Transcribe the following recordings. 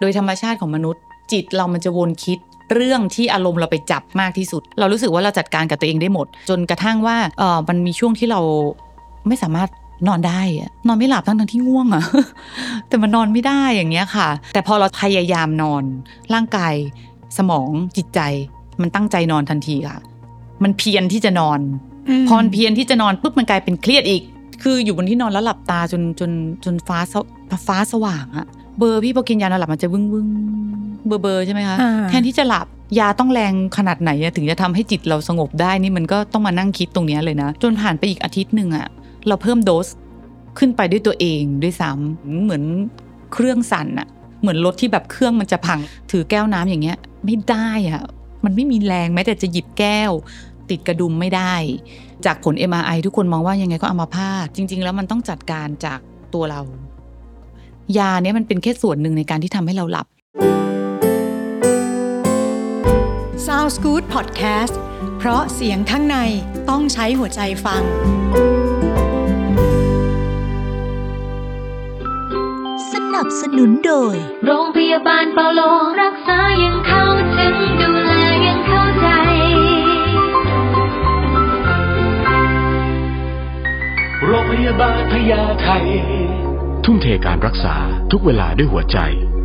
ดยธรรมชาติของมนุษย์จิตเรามันจะวนคิดเรื่องที่อารมณ์เราไปจับมากที่สุดเรารู้สึกว่าเราจัดการกับตัวเองได้หมดจนกระทั่งว่ามันมีช่วงที่เราไม่สามารถนอนได้นอนไม่หลับทั้งที่ง่วงอะ แต่มันนอนไม่ได้อย่างเงี้ยค่ะแต่พอเราพยายามนอนร่างกายสมองจิตใจมันตั้งใจนอนทันทีค่ะมันเพียรที่จะนอนพอมันเพียรที่จะนอนปุ๊บมันกลายเป็นเครียดอีกคืออยู่บนที่นอนแล้วหลับตาจนฟ้าสว่างอะเบอร์พี่พอกินยานอนหลับมันจะวึ้งเบอร์ใช่ไหมคะแทนที่จะหลับยาต้องแรงขนาดไหนถึงจะทำให้จิตเราสงบได้นี่มันก็ต้องมานั่งคิดตรงนี้เลยนะจนผ่านไปอีกอาทิตย์นึงอะเราเพิ่มโดสขึ้นไปด้วยตัวเองด้วยซ้ำเหมือนเครื่องสั่นอะเหมือนรถที่แบบเครื่องมันจะพังถือแก้วน้ำอย่างเงี้ยไม่ได้อะมันไม่มีแรงแม้แต่จะหยิบแก้วติดกระดุมไม่ได้จากผล MRI ทุกคนมองว่ายังไงก็อัมพาตจริงๆแล้วมันต้องจัดการจากตัวเรายาเนี่ยมันเป็นแค่ส่วนหนึ่งในการที่ทำให้เราหลับ Sounds Good Podcast เพราะเสียงข้างในต้องใช้หัวใจฟังสนับสนุนโดยโรงพยาบาลเปาโลรักษายังเข้าถึงดูแลยังเข้าใจโรงพยาบาลพญาไททุ่มเทการรักษาทุกเวลาด้วยหัวใจ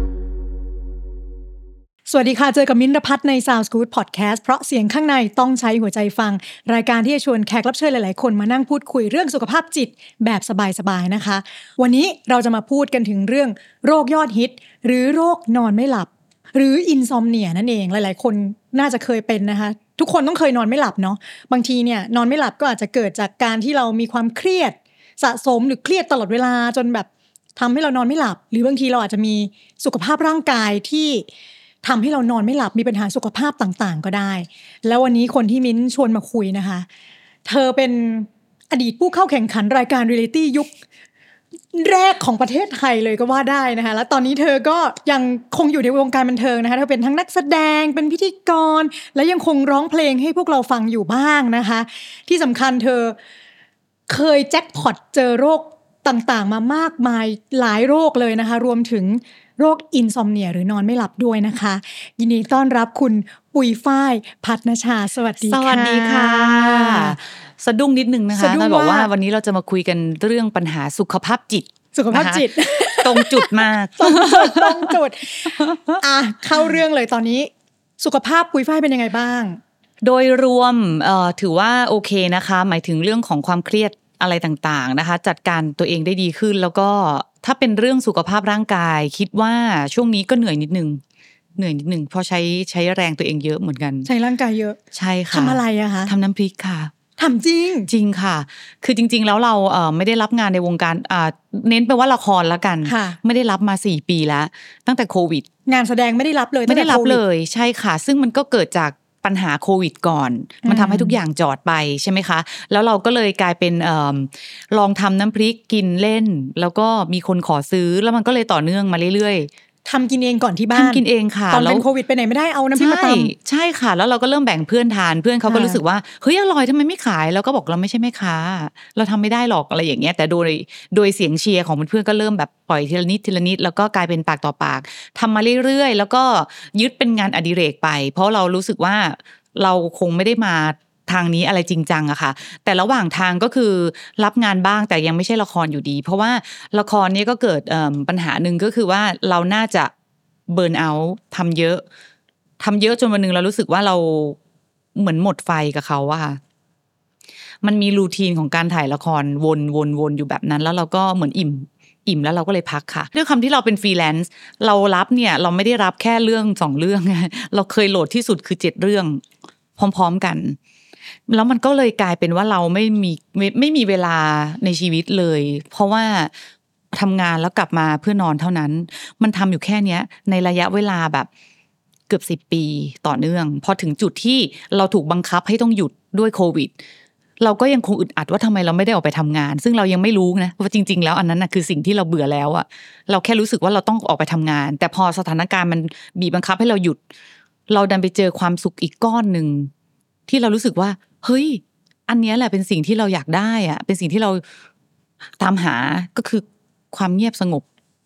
สวัสดีค่ะเจอกับมิ้นท์ณภัทรใน Sounds Good Podcast เพราะเสียงข้างในต้องใช้หัวใจฟังรายการที่จะชวนแขกรับเชิญหลายๆคนมานั่งพูดคุยเรื่องสุขภาพจิตแบบสบายๆนะคะวันนี้เราจะมาพูดกันถึงเรื่องโรคยอดฮิตหรือโรคนอนไม่หลับหรืออินซอมเนียนั่นเองหลายๆคนน่าจะเคยเป็นนะคะทุกคนต้องเคยนอนไม่หลับเนาะบางทีเนี่ยนอนไม่หลับก็อาจจะเกิดจากการที่เรามีความเครียดสะสมหรือเครียดตลอดเวลาจนแบบทำให้เรานอนไม่หลับหรือบางทีเราอาจจะมีสุขภาพร่างกายที่ทำให้เรานอนไม่หลับมีปัญหาสุขภาพต่างๆก็ได้แล้ววันนี้คนที่มิ้นชวนมาคุยนะคะเธอเป็นอดีตผู้เข้าแข่งขันรายการเรียลลิตี้ยุคแรกของประเทศไทยเลยก็ว่าได้นะคะแล้วตอนนี้เธอก็ยังคงอยู่ในวงการบันเทิงนะคะเธอเป็นทั้งนักแสดงเป็นพิธีกรและยังคงร้องเพลงให้พวกเราฟังอยู่บ้างนะคะที่สำคัญเธอเคยแจ็คพอตเจอโรคต่างๆมามากมายหลายโรคเลยนะคะรวมถึงโรคอินซอมเนียหรือนอนไม่หลับด้วยนะคะยินดีต้อนรับคุณปุยฝ้ายภัทรณชาสวัสดีค่ะสวัสดีค่ะสะดุ้งนิดนึงนะคะเราบอกว่าวันนี้เราจะมาคุยกันเรื่องปัญหาสุขภาพจิตตรงจุดมากตรงจุดอ่ะเข้าเรื่องเลยตอนนี้สุขภาพปุยฝ้ายเป็นยังไงบ้างโดยรวมถือว่าโอเคนะคะหมายถึงเรื่องของความเครียดอะไรต่างๆนะคะจัดการตัวเองได้ดีขึ้นแล้วก็ถ้าเป็นเรื่องสุขภาพร่างกายคิดว่าช่วงนี้ก็เหนื่อยนิดนึงเพราะใช้แรงตัวเองเยอะเหมือนกันใช้ร่างกายเยอะใช่ค่ะทำอะไรอะคะทำน้ำพริกค่ะทำจริงค่ะคือจริงๆแล้วเราไม่ได้รับงานในวงการเน้นไปว่าละครแล้วกันไม่ได้รับมา4 ปีแล้วตั้งแต่โควิดงานแสดงไม่ได้รับเลยไม่ได้รับเลยใช่ค่ะซึ่งมันก็เกิดจากปัญหาโควิดก่อนมันทำให้ทุกอย่างจอดไปใช่ไหมคะแล้วเราก็เลยกลายเป็นลองทำน้ำพริกกินเล่นแล้วก็มีคนขอซื้อแล้วมันก็เลยต่อเนื่องมาเรื่อยๆทำกินเองก่อนที่บ้านทำกินเองค่ะตอนเป็นโควิดไปไหนไม่ได้เอาน้ำพริกมาตำใช่ค่ะแล้วเราก็เริ่มแบ่งเพื่อนทานเพื่อนเขาก็รู้สึกว่าเฮ้ยอร่อยทำไมไม่ขายเราก็บอกเราไม่ใช่แม่ค้าเราทำไม่ได้หรอกอะไรอย่างเงี้ยแต่โดยเสียงเชียร์ของเพื่อนๆก็เริ่มแบบปล่อยทีละนิดแล้วก็กลายเป็นปากต่อปากทำมาเรื่อยๆแล้วก็ยึดเป็นงานอดิเรกไปเพราะเรารู้สึกว่าเราคงไม่ได้มาทางนี้อะไรจริงจังอะค่ะแต่ระหว่างทางก็คือรับงานบ้างแต่ยังไม่ใช่ละครอยู่ดีเพราะว่าละครนี้ก็เกิดปัญหาหนึ่งก็คือว่าเราน่าจะเบิร์นเอาท์ทำเยอะจนวันนึงเรารู้สึกว่าเราเหมือนหมดไฟกับเขาอะค่ะมันมีรูทีนของการถ่ายละครวนอยู่แบบนั้นแล้วเราก็เหมือนอิ่มแล้วเราก็เลยพักค่ะด้วยคำที่เราเป็นฟรีแลนซ์เรารับเนี่ยเราไม่ได้รับแค่เรื่อง2 เรื่องเราเคยโหลดที่สุดคือ7 เรื่องพร้อมๆกันแล้วมันก็เลยกลายเป็นว่าเราไม่มีเวลาในชีวิตเลยเพราะว่าทำงานแล้วกลับมาเพื่อนอนเท่านั้นมันทำอยู่แค่เนี้ยในระยะเวลาแบบเกือบ10 ปีต่อเนื่องพอถึงจุดที่เราถูกบังคับให้ต้องหยุดด้วยโควิดเราก็ยังคงอึดอัดว่าทำไมเราไม่ได้ออกไปทำงานซึ่งเรายังไม่รู้นะว่าจริงๆแล้วอันนั้นนะคือสิ่งที่เราเบื่อแล้วอะเราแค่รู้สึกว่าเราต้องออกไปทำงานแต่พอสถานการณ์มันบีบบังคับให้เราหยุดเราดันไปเจอความสุขอีกก้อนนึงที่เรารู้สึกว่าเฮ้ยอันนี้แหละเป็นสิ่งที่เราอยากได้อะเป็นสิ่งที่เราตามหาก็คือความเงียบสงบ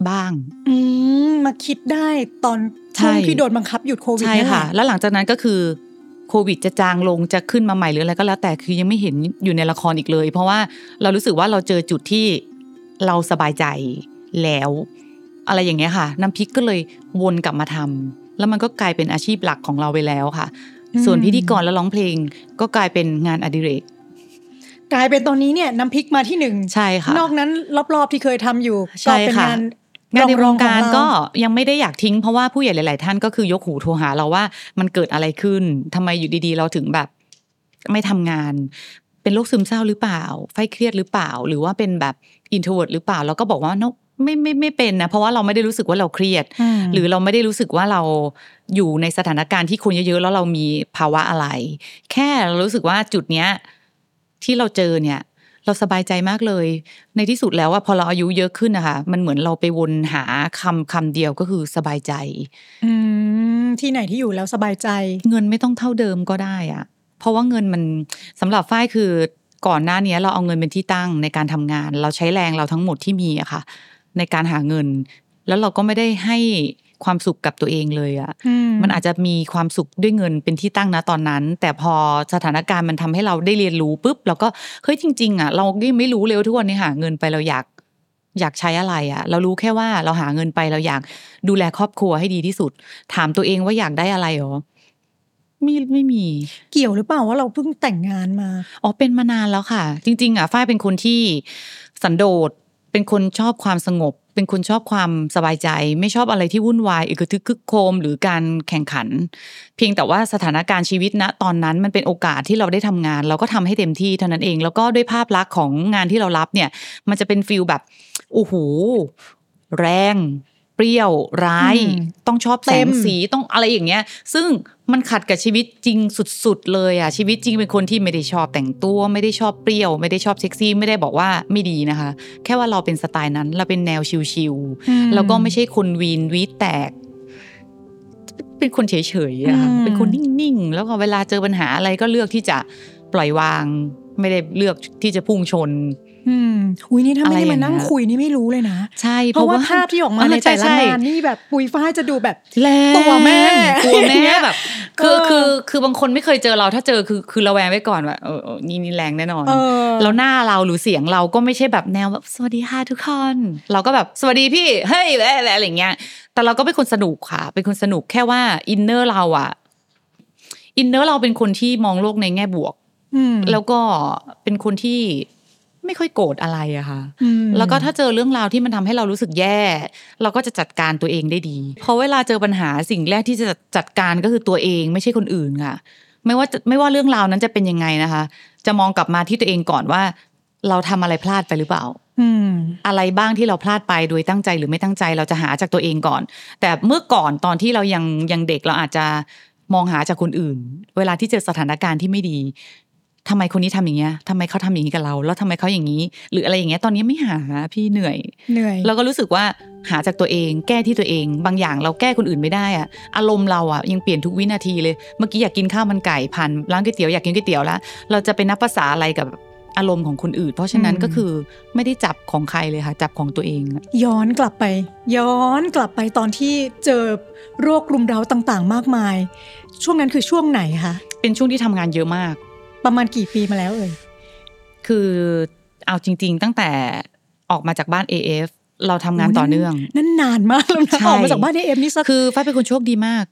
บ้างมาคิดได้ตอนช่วงที่โดนบังคับหยุดโควิดใช่ค่ะแล้วหลังจากนั้นก็คือโควิดจะจางลงจะขึ้นมาใหม่หรืออะไรก็แล้วแต่คือยังไม่เห็นอยู่ในละครอีกเลยเพราะว่าเรารู้สึกว่าเราเจอจุดที่เราสบายใจแล้วอะไรอย่างเงี้ยค่ะน้ำพริกก็เลยวนกลับมาทำแล้วมันก็กลายเป็นอาชีพหลักของเราไปแล้วค่ะส่วนพิธีกรและร้องเพลงก็กลายเป็นงานอดิเรกกลายเป็นตอนนี้เนี่ยน้ำพริกมาที่1ใช่ค่ะนอกนั้นรอบๆที่เคยทำอยู่ก็เป็นงานในวงการก็ยังไม่ได้อยากทิ้งเพราะว่าผู้ใหญ่หลายๆท่านก็คือยกหูโทรหาเราว่ามันเกิดอะไรขึ้นทำไมอยู่ดีๆเราถึงแบบไม่ทำงานเป็นโรคซึมเศร้าหรือเปล่าไฟเครียดหรือเปล่าหรือว่าเป็นแบบอินโทรเวิร์ตหรือเปล่าเราก็บอกว่าไม่เป็นนะเพราะว่าเราไม่ได้รู้สึกว่าเราเครียดหรือเราไม่ได้รู้สึกว่าเราอยู่ในสถานการณ์ที่คนเยอะๆแล้วเรามีภาวะอะไรแค่เรารู้สึกว่าจุดเนี้ยที่เราเจอเนี่ยเราสบายใจมากเลยในที่สุดแล้วว่าพอเราอายุเยอะขึ้นนะคะมันเหมือนเราไปวนหาคำเดียวก็คือสบายใจที่ไหนที่อยู่แล้วสบายใจเงินไม่ต้องเท่าเดิมก็ได้อะเพราะว่าเงินมันสำหรับฝ้ายคือก่อนหน้านี้เราเอาเงินเป็นที่ตั้งในการทำงานเราใช้แรงเราทั้งหมดที่มีอะค่ะในการหาเงินแล้วเราก็ไม่ได้ให้ความสุขกับตัวเองเลยอะมันอาจจะมีความสุขด้วยเงินเป็นที่ตั้งนะตอนนั้นแต่พอสถานการณ์มันทำให้เราได้เรียนรู้ปุ๊บเราก็เฮ้ยจริงๆอะเราก็ไม่รู้เลยทุกวันนี้หาเงินไปเราอยากใช้อะไรอะเรารู้แค่ว่าเราหาเงินไปเราอยากดูแลครอบครัวให้ดีที่สุดถามตัวเองว่าอยากได้อะไรหรอไม่มีเกี่ยวหรือเปล่าว่าเราเพิ่งแต่งงานมาเป็นมานานแล้วค่ะจริงๆอ่ะฝ้ายเป็นคนที่สันโดษเป็นคนชอบความสงบเป็นคนชอบความสบายใจไม่ชอบอะไรที่วุ่นวายอึกทึกคึกโครมหรือการแข่งขันเพียงแต่ว่าสถานการณ์ชีวิตณตอนนั้นมันเป็นโอกาสที่เราได้ทำงานเราก็ทำให้เต็มที่เท่านั้นเองแล้วก็ด้วยภาพลักษณ์ของงานที่เรารับเนี่ยมันจะเป็นฟีลแบบโอ้โหแรงเปรี้ยวร้ายต้องชอบแสงสีต้องอะไรอย่างเงี้ยซึ่งมันขัดกับชีวิตจริงสุดๆเลยอ่ะชีวิตจริงเป็นคนที่ไม่ได้ชอบแต่งตัวไม่ได้ชอบเปรี้ยวไม่ได้ชอบเซ็กซี่ไม่ได้บอกว่าไม่ดีนะคะแค่ว่าเราเป็นสไตล์นั้นเราเป็นแนวชิลๆแล้วก็ไม่ใช่คนวีดแตกเป็นคนเฉยๆอ่ะเป็นคนนิ่งๆแล้วก็เวลาเจอปัญหาอะไรก็เลือกที่จะปล่อยวางไม่ได้เลือกที่จะพุ่งชนอุ้ยนี่ถ้าไม่ได้มานั่งคุยนี่ไม่รู้เลยนะใช่เพราะว่าภาพที่ออกมาในแต่ละงานนี่แบบปุยฝ้ายจะดูแบบตัวแม่แบบคือบางคนไม่เคยเจอเราถ้าเจอคือระแวงไว้ก่อนว่านี่แรงแน่นอนแล้วหน้าเราหรือเสียงเราก็ไม่ใช่แบบแนวแบบสวัสดีค่ะทุกคนเราก็แบบสวัสดีพี่เฮ้ยอะไรอย่างเงี้ยแต่เราก็เป็นคนสนุกค่ะเป็นคนสนุกแค่ว่าอินเนอร์เราเป็นคนที่มองโลกในแง่บวกแล้วก็เป็นคนที่ไม่ค่อยโกรธอะไรอะค่ะแล้วก็ถ้าเจอเรื่องราวที่มันทำให้เรารู้สึกแย่เราก็จะจัดการตัวเองได้ดีเพราะเวลาเจอปัญหาสิ่งแรกที่จะจัดการก็คือตัวเองไม่ใช่คนอื่นค่ะไม่ว่าเรื่องราวนั้นจะเป็นยังไงนะคะจะมองกลับมาที่ตัวเองก่อนว่าเราทำอะไรพลาดไปหรือเปล่าอะไรบ้างที่เราพลาดไปโดยตั้งใจหรือไม่ตั้งใจเราจะหาจากตัวเองก่อนแต่เมื่อก่อนตอนที่เรายังเด็กเราอาจจะมองหาจากคนอื่นเวลาที่เจอสถานการณ์ที่ไม่ดีทำไมคนนี้ทำอย่างเงี้ยทำไมเขาทำอย่างนี้กับเราแล้วทำไมเขาอย่างนี้หรืออะไรอย่างเงี้ยตอนนี้ไม่หาพี่เหนื่อยเราก็รู้สึกว่าหาจากตัวเองแก้ที่ตัวเองบางอย่างเราแก้คนอื่นไม่ได้อะอารมณ์เราอะยังเปลี่ยนทุกวินาทีเลยเมื่อกี้อยากกินข้าวมันไก่ผ่านร้านก๋วยเตี๋ยวอยากกินก๋วยเตี๋ยวแล้วเราจะไปนับภาษาอะไรกับอารมณ์ของคนอื่นเพราะฉะนั้นก็คือไม่ได้จับของใครเลยค่ะจับของตัวเองย้อนกลับไปตอนที่เจอโรครุมเร้าต่างๆมากมายช่วงนั้นคือช่วงไหนคะเป็นช่วงที่ทำงานเยอะมากประมาณกี่ปีมาแล้วคือเอาจริงๆตั้งแต่ออกมาจากบ้าน AF เราทำงานต่อเนื่องนั่นนานมากแล้วนะออกมาจากบ้าน AF นี่สักคือฝ้ายเป็นคนโชคดีมาก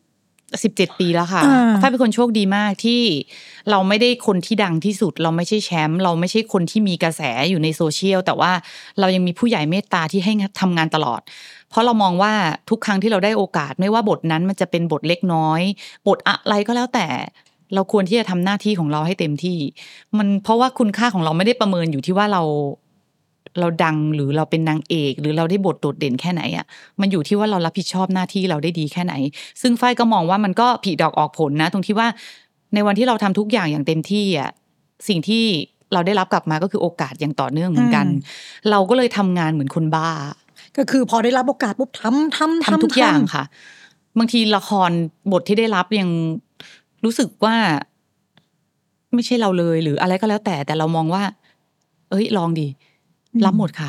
17 ปีแล้วค่ะฝ้ายเป็นคนโชคดีมากที่เราไม่ได้คนที่ดังที่สุดเราไม่ใช่แชมป์เราไม่ใช่คนที่มีกระแสอยู่ในโซเชียลแต่ว่าเรายังมีผู้ใหญ่เมตตาที่ให้ทำงานตลอดเพราะเรามองว่าทุกครั้งที่เราได้โอกาสไม่ว่าบทนั้นมันจะเป็นบทเล็กน้อยบทอะไรก็แล้วแต่เราควรที่จะทำหน้าที่ของเราให้เต็มที่มันเพราะว่าคุณค่าของเราไม่ได้ประเมินอยู่ที่ว่าเราดังหรือเราเป็นนางเอกหรือเราได้บทโดดเด่นแค่ไหนอ่ะมันอยู่ที่ว่าเรารับผิดชอบหน้าที่เราได้ดีแค่ไหนซึ่งฝ้ายก็มองว่ามันก็ผลิดอกออกผลนะตรงที่ว่าในวันที่เราทำทุกอย่างอย่างเต็มที่อ่ะสิ่งที่เราได้รับกลับมาก็คือโอกาสอย่างต่อเนื่องเหมือนกันเราก็เลยทำงานเหมือนคนบ้าก็คือพอได้รับโอกาสปุ๊บทำทุกอย่างค่ะบางทีละครบทที่ได้รับยังรู้สึกว่าไม่ใช่เราเลยหรืออะไรก็แล้วแต่เรามองว่าเอ้ยลองดิรับหมดค่ะต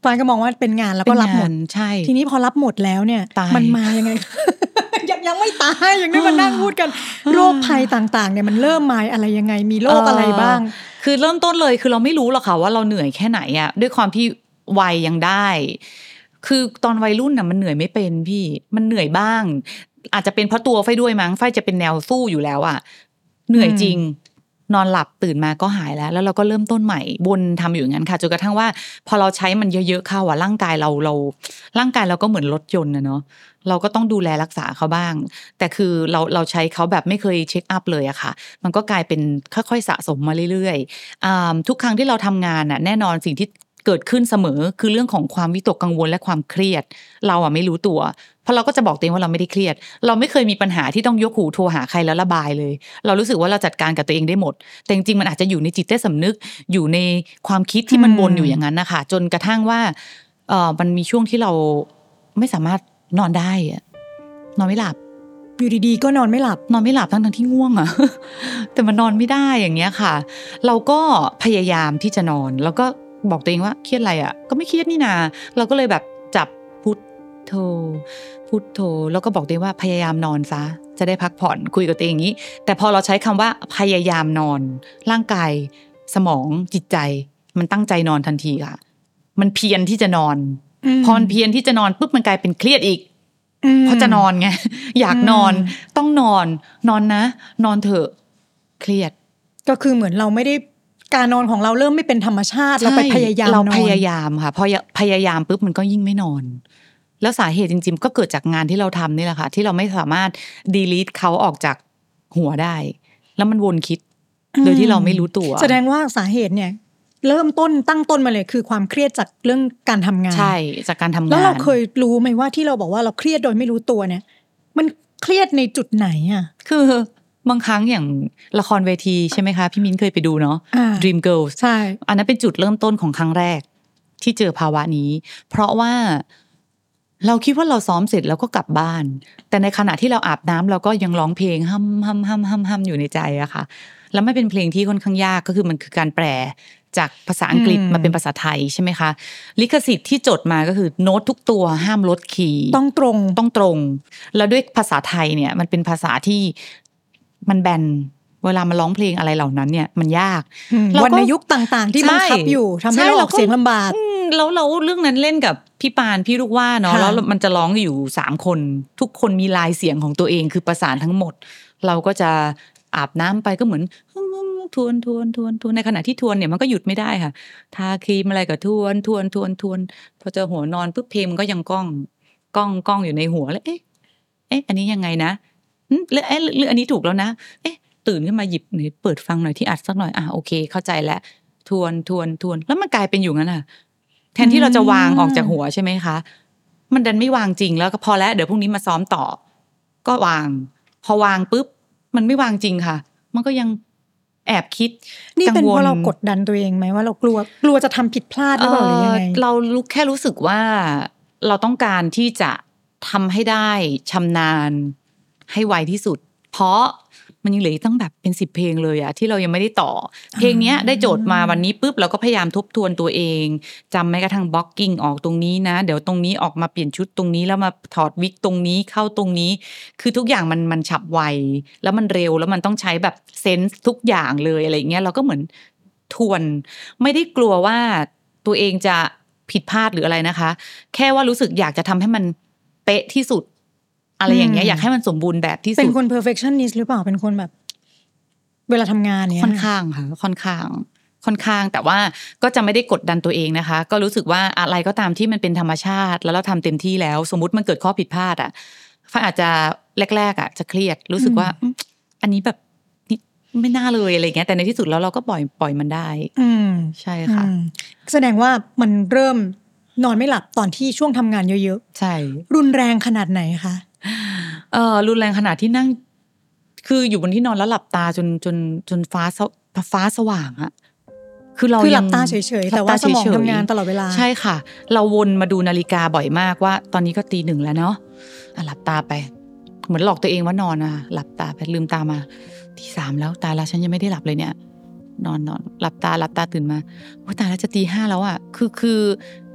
ฟ้าก็มองว่าเป็นงานแล้วก็รับหมดใช่ทีนี้พอรับหมดแล้วเนี่ยมันมายังไง ยังไม่ตายยังได้มานั่งพูดกันโรคภัยต่างๆเนี่ยมันเริ่มมาอะไรยังไงมีโรคอะไรบ้างคือเริ่มต้นเลยคือเราไม่รู้หรอกค่ะว่าเราเหนื่อยแค่ไหนอะด้วยความที่วัยยังได้คือตอนวัยรุ่นน่ะมันเหนื่อยไม่เป็นพี่มันเหนื่อยบ้างอาจจะเป็นเพราะตัวไฟด้วยมั้งไฟจะเป็นแนวสู้อยู่แล้วอะเหนื่อยจริงนอนหลับตื่นมาก็หายแล้วเราก็เริ่มต้นใหม่วนทำอยู่อย่างนั้นค่ะจนกระทั่งว่าพอเราใช้มันเยอะๆเข้าร่างกายเราร่างกายเราก็เหมือนรถยนต์นะเนาะเราก็ต้องดูแลรักษาเขาบ้างแต่คือเราใช้เขาแบบไม่เคยเช็คอัพเลยอะค่ะมันก็กลายเป็นค่อยๆสะสมมาเรื่อยๆทุกครั้งที่เราทำงานแน่นอนสิ่งที่เกิดขึ้นเสมอคือเรื่องของความวิตกกังวลและความเครียดเราไม่รู้ตัวเพราะเราก็จะบอกตัวเองว่าเราไม่ได้เครียดเราไม่เคยมีปัญหาที่ต้องยกหูโทรหาใครแล้วระบายเลยเรารู้สึกว่าเราจัดการกับตัวเองได้หมดแต่จริงๆมันอาจจะอยู่ในจิตใต้สำนึกอยู่ในความคิดที่มันวนอยู่อย่างนั้นนะคะจนกระทั่งว่ามันมีช่วงที่เราไม่สามารถนอนได้นอนไม่หลับอยู่ดีๆก็นอนไม่หลับทั้งที่ง่วงอะ แต่มันนอนไม่ได้อย่างเงี้ยค่ะเราก็พยายามที่จะนอนแล้วก็บอกตัวเองว่าเครียดอะไรอ่ะก็ไม่เครียดนี่นาเราก็เลยแบบจับพุทโธแล้วก็บอกตัวเองว่าพยายามนอนซะจะได้พักผ่อนคุยกับตัวเองอย่างนี้แต่พอเราใช้คำว่าพยายามนอนร่างกายสมองจิตใจมันตั้งใจนอนทันทีค่ะมันเพียรที่จะนอนพอเพียรที่จะนอนปุ๊บมันกลายเป็นเครียดอีกเพราะจะนอนไงอยากนอนต้องนอนนะนอนเถอะเครียดก็คือเหมือนเราไม่ได้การนอนของเราเริ่มไม่เป็นธรรมชาติเราไปพยายามเราพยายามค่ะพอพยายามปุ๊บมันก็ยิ่งไม่นอนแล้วสาเหตุจริงๆก็เกิดจากงานที่เราทำนี่แหละค่ะที่เราไม่สามารถ delete เขาออกจากหัวได้แล้วมันวนคิดโดยที่เราไม่รู้ตัวแสดงว่าสาเหตุเนี่ยเริ่มต้นตั้งต้นมาเลยคือความเครียดจากเรื่องการทำงานใช่จากการทำงานแล้วเราเคยรู้ไหมว่าที่เราบอกว่าเราเครียดโดยไม่รู้ตัวเนี่ยมันเครียดในจุดไหนอ่ะคือบางครั้งอย่างละครเวทีใช่ไหมคะพี่มิ้นเคยไปดูเนาะ Dream Girls ใช่อันนั้นเป็นจุดเริ่มต้นของครั้งแรกที่เจอภาวะนี้เพราะว่าเราคิดว่าเราซ้อมเสร็จแล้วก็กลับบ้านแต่ในขณะที่เราอาบน้ำเราก็ยังร้องเพลงฮัมอยู่ในใจอะค่ะแล้วไม่เป็นเพลงที่ค่อนข้างยากก็คือมันคือการแปลจากภาษาอังกฤษมาเป็นภาษาไทยใช่ไหมคะลิขสิทธิ์ที่จดมาก็คือโน้ตทุกตัวห้ามลดคีย์ต้องตรงแล้วด้วยภาษาไทยเนี่ยมันเป็นภาษาที่มันแบนเวลามาร้องเพลงอะไรเหล่านั้นเนี่ยมันยากวรรณยุกต์ต่างๆที่บังคับอยู่ทำให้เราออกเสียงลำบากแล้วเราเรื่องนั้นเล่นกับพี่ปานพี่ลูกว่าเนาะแล้วมันจะร้องอยู่3คนทุกคนมีลายเสียงของตัวเองคือประสานทั้งหมดเราก็จะอาบน้ำไปก็เหมือนทวนในขณะที่ทวนเนี่ยมันก็หยุดไม่ได้ค่ะทาครีมอะไรก็ทวนพอเจอหัวนอนปุ๊บเพลงมันก็ยังก้องอยู่ในหัวแล้วเอ๊ะอันนี้ยังไงนะแล้วหรืออันนี้ถูกแล้วนะตื่นขึ้นมาหยิบหน่อยเปิดฟังหน่อยที่อัดสักหน่อยโอเคเข้าใจแล้วทวนแล้วมันกลายเป็นอยู่งั้นแทนที่เราจะวางออกจากหัวใช่ไหมคะมันดันไม่วางจริงแล้วก็พอแล้วเดี๋ยวพรุ่งนี้มาซ้อมต่อก็วางพอวางปุ๊บมันไม่วางจริงค่ะมันก็ยังแอบคิดนี่เป็นเพราะเรากดดันตัวเองไหมว่าเรากลัวจะทำผิดพลาดหรือเปล่าหรือยังไงเราแค่รู้สึกว่าเราต้องการที่จะทำให้ได้ชำนาญให้ไวที่สุดเพราะมันยังเหลือตั้งแบบเป็น10เพลงเลยที่เรายังไม่ได้ต่อเพลงนี้ได้โจทย์มาวันนี้ปุ๊บเราก็พยายามทบทวนตัวเองจำแม้กระทั่งบล็อกกิ้งออกตรงนี้นะเดี๋ยวตรงนี้ออกมาเปลี่ยนชุดตรงนี้แล้วมาถอดวิกตรงนี้เข้าตรงนี้คือทุกอย่างมันฉับไวแล้วมันเร็วแล้วมันต้องใช้แบบเซนส์ทุกอย่างเลยอะไรเงี้ยเราก็เหมือนทวนไม่ได้กลัวว่าตัวเองจะผิดพลาดหรืออะไรนะคะแค่ว่ารู้สึกอยากจะทำให้มันเป๊ะที่สุดอะไรอย่างเงี้ยอยากให้มันสมบูรณ์แบบที่สุดเป็นคน perfectionist หรือเปล่าเป็นคนแบบเวลาทำงานเนี่ยค่อนข้างค่ะค่อนข้างแต่ว่าก็จะไม่ได้กดดันตัวเองนะคะก็รู้สึกว่าอะไรก็ตามที่มันเป็นธรรมชาติแล้วเราทำเต็มที่แล้วสมมุติมันเกิดข้อผิดพลาดฟ้าอาจจะแรกๆจะเครียดรู้สึกว่าอันนี้แบบไม่น่าเลยอะไรเงี้ยแต่ในที่สุดแล้วเราก็ปล่อยมันได้ใช่ค่ะแสดงว่ามันเริ่มนอนไม่หลับตอนที่ช่วงทำงานเยอะๆใช่รุนแรงขนาดไหนคะรุนแรงขนาดที่นั่งคืออยู่บนที่นอนแล้วหลับตาจนฟ้าสว่างคือเราหลับตาเฉยๆแต่ว่าสมองทำงานตลอดเวลาใช่ค่ะเราวนมาดูนาฬิกาบ่อยมากว่าตอนนี้ก็ 1:00 แล้วเนาะหลับตาไปเหมือนหลอกตัวเองว่านอนหลับตาไปลืมตามา 3:00แล้วตายแล้วฉันยังไม่ได้หลับเลยเนี่ยนอนหลับตาตื่นมาโอ้ตายแล้วจะ 5:00แล้วคือ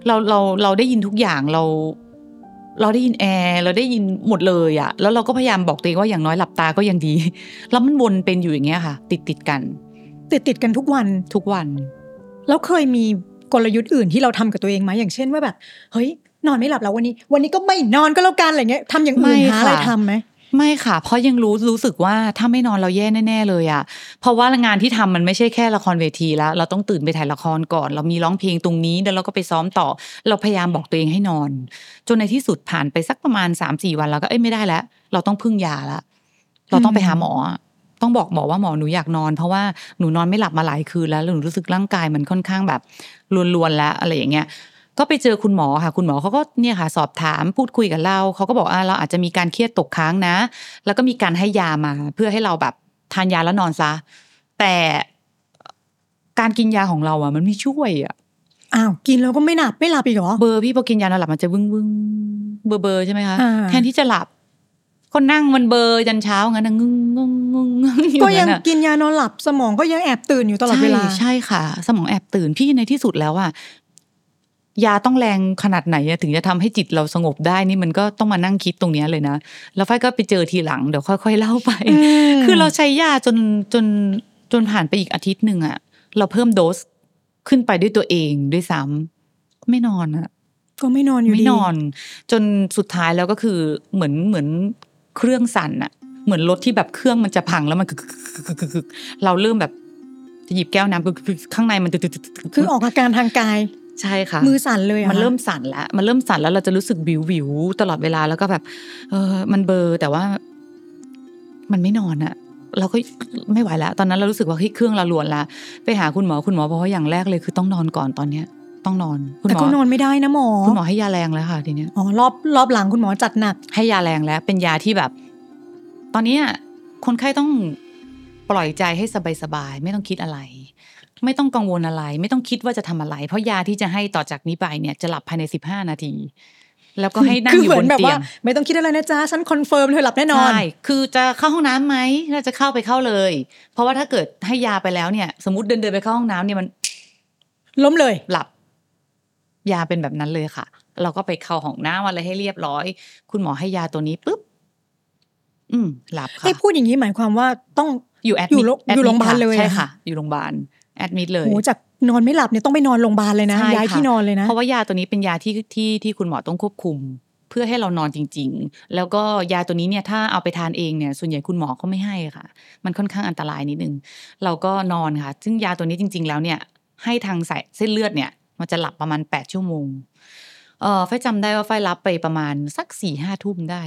เราได้ยินทุกอย่างเราได้ยินแอร์เราได้ยินหมดเลยอะแล้วเราก็พยายามบอกตัวเองว่าอย่างน้อยหลับตาก็ยังดีแล้วมันวนเป็นอยู่อย่างเงี้ยค่ะติดกันทุกวัน แล้วเคยมีกลยุทธ์อื่นที่เราทำกับตัวเองไหมอย่างเช่นว่าแบบเฮ้ยนอนไม่หลับแล้ววันนี้ก็ไม่นอนก็แล้วกันอะไรเงี้ยทำอย่างอื่นหาอะไรทำไหมไม่ค่ะเพราะยังรู้สึกว่าถ้าไม่นอนเราแย่แน่ๆเลยอะเพราะว่างานที่ทำมันไม่ใช่แค่ละครเวทีแล้วเราต้องตื่นไปถ่ายละครก่อนเรามีร้องเพลงตรงนี้แล้วเราก็ไปซ้อมต่อเราพยายามบอกตัวเองให้นอนจนในที่สุดผ่านไปสักประมาณ 3-4 วันแล้วก็ไม่ได้แล้วเราต้องพึ่งยาแล้วเราต้องไปหาหมอต้องบอกหมอว่าหมอหนูอยากนอนเพราะว่าหนูนอนไม่หลับมาหลายคืนแล้วหนูรู้สึกร่างกายมันค่อนข้างแบบรวนๆแล้วอะไรอย่างเงี้ยก็ไปเจอคุณหมอค่ะคุณหมอเขาก็เนี่ยค่ะสอบถามพูดคุยกับเราเขาก็บอกเราอาจจะมีการเครียดตกค้างนะแล้วก็มีการให้ยามาเพื่อให้เราแบบทานยาแล้วนอนซะแต่การกินยาของเรามันไม่ช่วยกินแล้วก็ไม่หลับอีกเหรอเบอร์พี่พอกินยานอนหลับมันจะวึ่งเบอร์ใช่ไหมคะแทนที่จะหลับก็นั่งมันเบอร์ยันเช้างั้นงึงก็ยังกินยานอนหลับสมองก็ยังแอบตื่นอยู่ตลอดเวลาใช่ค่ะสมองแอบตื่นพี่ในที่สุดแล้วยาต้องแรงขนาดไหนถึงจะทำให้จิตเราสงบได้นี่มันก็ต้องมานั่งคิดตรงนี้เลยนะแล้วฝ้ายก็ไปเจอทีหลังเดี๋ยวค่อยๆเล่าไปคือเราใช้ยาจนผ่านไปอีกอาทิตย์นึงเราเพิ่มโดสขึ้นไปด้วยตัวเองด้วยซ้ำไม่นอนก็ไม่นอนอยู่ดีไม่นอนจนสุดท้ายแล้วก็คือเหมือนเครื่องสั่นเหมือนรถที่แบบเครื่องมันจะพังแล้วมันเราเริ่มแบบจะหยิบแก้วน้ำข้างในมันคือออกอาการทางกายใช่ค่ะมือสั่นเลยมันเริ่มสั่นแล้วเราจะรู้สึกวิวตลอดเวลาแล้วก็แบบมันเบลอแต่ว่ามันไม่นอนเราก็ไม่ไหวแล้วตอนนั้นเรารู้สึกว่าเครื่องเราล้วนละไปหาคุณหมอบอกว่าอย่างแรกเลยคือต้องนอนก่อนตอนเนี้ยต้องนอนแต่ก็นอนไม่ได้นะหมอคุณหมอให้ยาแรงแล้วค่ะทีเนี้ยรอบหลังคุณหมอจัดหนักให้ยาแรงแล้วเป็นยาที่แบบตอนนี้คนไข้ต้องปล่อยใจให้สบายๆไม่ต้องคิดอะไรไม่ต้องกังวลอะไรไม่ต้องคิดว่าจะทำอะไรเพราะยาที่จะให้ต่อจากนี้ไปเนี่ยจะหลับภายใน15 นาทีแล้วก็ให้นั่งอยู่บนเตียงไม่ต้องคิดอะไรนะจ๊ะฉันคอนเฟิร์มเธอหลับแน่นอนใช่คือจะเข้าห้องน้ำไหมถ้าจะเข้าไปเข้าเลยเพราะว่าถ้าเกิดให้ยาไปแล้วเนี่ยสมมติเดินไปเข้าห้องน้ำเนี่ยมันล้มเลยหลับยาเป็นแบบนั้นเลยค่ะเราก็ไปเข้าห้องน้ำอะไรให้เรียบร้อยคุณหมอให้ยาตัวนี้ปุ๊บหลับค่ะพูดอย่างนี้หมายความว่าต้องอยู่โรงพยาบาลเลยใช่ค่ะอยู่โรงพยาบาลแอดมิดเลยโหจากนอนไม่หลับเนี่ยต้องไปนอนโรงพยาบาลเลยนะย้ายที่นอนเลยนะเพราะว่ายาตัวนี้เป็นยาที่คุณหมอต้องควบคุมเพื่อให้เรานอนจริงๆแล้วก็ยาตัวนี้เนี่ยถ้าเอาไปทานเองเนี่ยส่วนใหญ่คุณหมอก็ไม่ให้ค่ะมันค่อนข้างอันตรายนิดนึงเราก็นอนค่ะซึ่งยาตัวนี้จริงๆแล้วเนี่ยให้ทางสายเส้นเลือดเนี่ยมันจะหลับประมาณ8 ชั่วโมงฝ้ายจำได้ว่าฝ้ายรับไปประมาณสัก 4-5 ทุ่มได้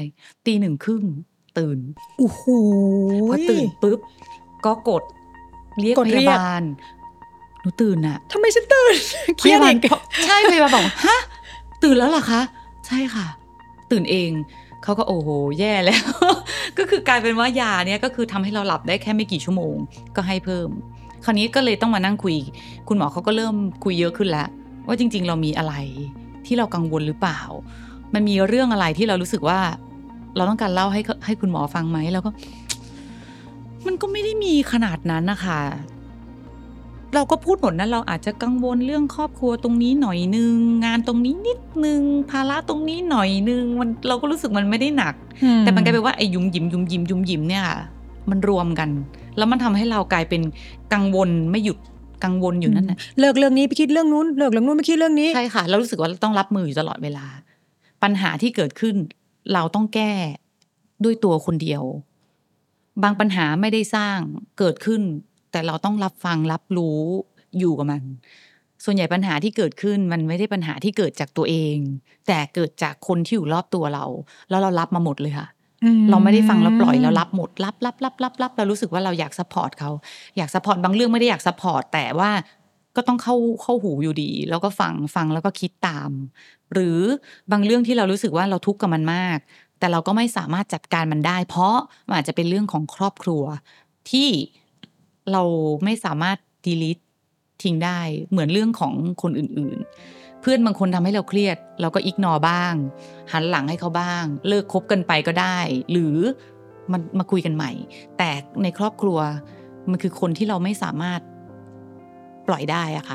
1:30 ตื่นโอ้โหพอตื่นปุ๊บก็กดเรียกพยาบาลหนูตื่นทำไมฉันตื่นเครียดเองใช่พยาบาลบอกฮะตื่นแล้วเหรอคะใช่ค่ะตื่นเองเขาก็โอ้โหแย่แล้ว ก็คือกลายเป็นว่ายาเนี่ยก็คือทำให้เราหลับได้แค่ไม่กี่ชั่วโมงก็ให้เพิ่มคราวนี้ก็เลยต้องมานั่งคุยคุณหมอเขาก็เริ่มคุยเยอะขึ้นแล้วว่าจริงๆเรามีอะไรที่เรากังวลหรือเปล่ามันมีเรื่องอะไรที่เรารู้สึกว่าเราต้องการเล่าให้คุณหมอฟังไหมแล้วก็มันก็ไม่ได้มีขนาดนั้นนะคะเราก็พูดหมดนะเราอาจจะกังวลเรื่องครอบครัวตรงนี้หน่อยนึงงานตรงนี้นิดนึงภาระตรงนี้หน่อยนึงมันเราก็รู้สึกมันไม่ได้หนักแต่มันกลายเป็นว่าไอ้ยุมยิ้มเนี่ยมันรวมกันแล้วมันทำให้เรากลายเป็นกังวลไม่หยุดกังวลอยู่นั่นน่ะเลิกเรื่องนี้ไปคิดเรื่องนู้นเลิกเรื่องนู้นไปคิดเรื่องนี้ใช่ค่ะเรารู้สึกว่าเราต้องรับมืออยู่ตลอดเวลาปัญหาที่เกิดขึ้นเราต้องแก้ด้วยตัวคนเดียวบางปัญหาไม่ได้สร้างเกิดขึ้นแต่เราต้องรับฟังรับรู้อยู่กับมันส่วนใหญ่ปัญหาที่เกิดขึ้นมันไม่ได้ปัญหาที่เกิดจากตัวเองแต่เกิดจากคนที่อยู่รอบตัวเราแล้วเรารับมาหมดเลยค่ะเราไม่ได้ฟังแล้วปล่อยแล้วรับหมดรับเรารู้สึกว่าเราอยากซัพพอร์ตเขาอยากซัพพอร์ตบางเรื่องไม่ได้อยากซัพพอร์ตแต่ว่าก็ต้องเข้าหูอยู่ดีแล้วก็ฟังแล้วก็คิดตามหรือบางเรื่องที่เรารู้สึกว่าเราทุกข์กับมันมากแต่เราก็ไม่สามารถจัดการมันได้เพราะมันอาจจะเป็นเรื่องของครอบครัวที่เราไม่สามารถ delete ทิ้งได้เหมือนเรื่องของคนอื่นๆเพื่อนบางคนทำให้เราเครียดเราก็อิกนอร์บ้างหันหลังให้เขาบ้างเลิกคบกันไปก็ได้หรือมันมาคุยกันใหม่แต่ในครอบครัวมันคือคนที่เราไม่สามารถปล่อยได้อะค่ะ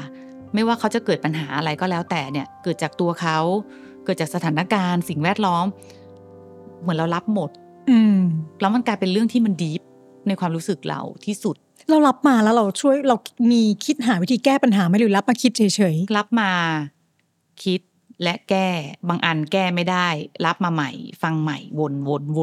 ไม่ว่าเขาจะเกิดปัญหาอะไรก็แล้วแต่เนี่ยเกิดจากตัวเขาเกิดจากสถานการณ์สิ่งแวดล้อมเหมือนเรารับหมดแล้วมันกลายเป็นเรื่องที่มันดีฟในความรู้สึกเราที่สุดเรารับมาแล้วเราช่วยเรามีคิดหาวิธีแก้ปัญหาไหมหรือรับมาคิดเฉยๆรับมาคิดและแก้บางอันแก้ไม่ได้รับมาใหม่ฟังใหม่วน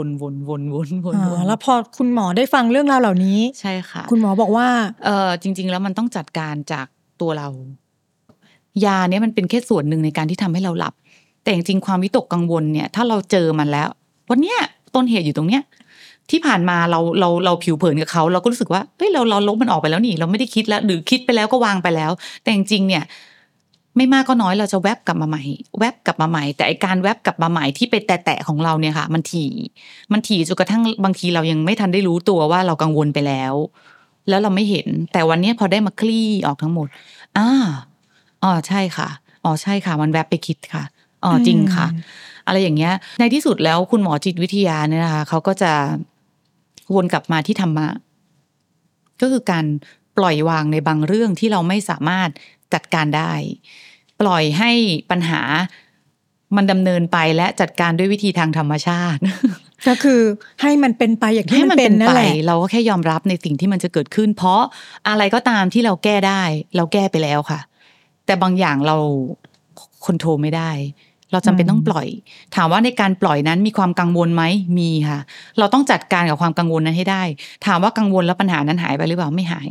แล้วพอคุณหมอได้ฟังเรื่องราวเหล่านี้ใช่ค่ะคุณหมอบอกว่าจริงๆแล้วมันต้องจัดการจากตัวเรายาเนี่ยมันเป็นแค่ส่วนหนึ่งในการที่ทำให้เราหลับแต่จริงๆความวิตกกังวลเนี่ยถ้าเราเจอมันแล้ววันเนี้ยต้นเหตุอยู่ตรงเนี้ยที่ผ่านมาเราผิวเผินกับเขาเราก็รู้สึกว่าเฮ้ยเราลบมันออกไปแล้วนี่เราไม่ได้คิดแล้วหรือคิดไปแล้วก็วางไปแล้วแต่จริงๆเนี่ยไม่มากก็น้อยเราจะแวบกลับมาใหม่แต่ไอการแวบกลับมาใหม่ที่ไปแตะๆของเราเนี่ยค่ะมันถี่จนกระทั่งบางทีเรายังไม่ทันได้รู้ตัวว่าเรากังวลไปแล้วเราไม่เห็นแต่วันนี้พอได้มาคลี่ออกทั้งหมดใช่ค่ะใช่ค่ะมันแวบไปคิดค่ะจริงค่ะอะไรอย่างเงี้ยในที่สุดแล้วคุณหมอจิตวิทยาเนี่ยนะคะเขาก็จะวนกลับมาที่ธรรมะก็คือการปล่อยวางในบางเรื่องที่เราไม่สามารถจัดการได้ปล่อยให้ปัญหามันดำเนินไปและจัดการด้วยวิธีทางธรรมชาติก็คือให้มันเป็นไปอย่างที่มันเป็นนั่นแหละเราก็แค่ยอมรับในสิ่งที่มันจะเกิดขึ้นเพราะอะไรก็ตามที่เราแก้ได้เราแก้ไปแล้วค่ะแต่บางอย่างเราคอนโทรลไม่ได้เราจำเป็นต้องปล่อยถามว่าในการปล่อยนั้นมีความกังวลไหมมีค่ะเราต้องจัดการกับความกังวลนั้นให้ได้ถามว่ากังวลแล้วปัญหานั้นหายไปหรือเปล่าไม่หาย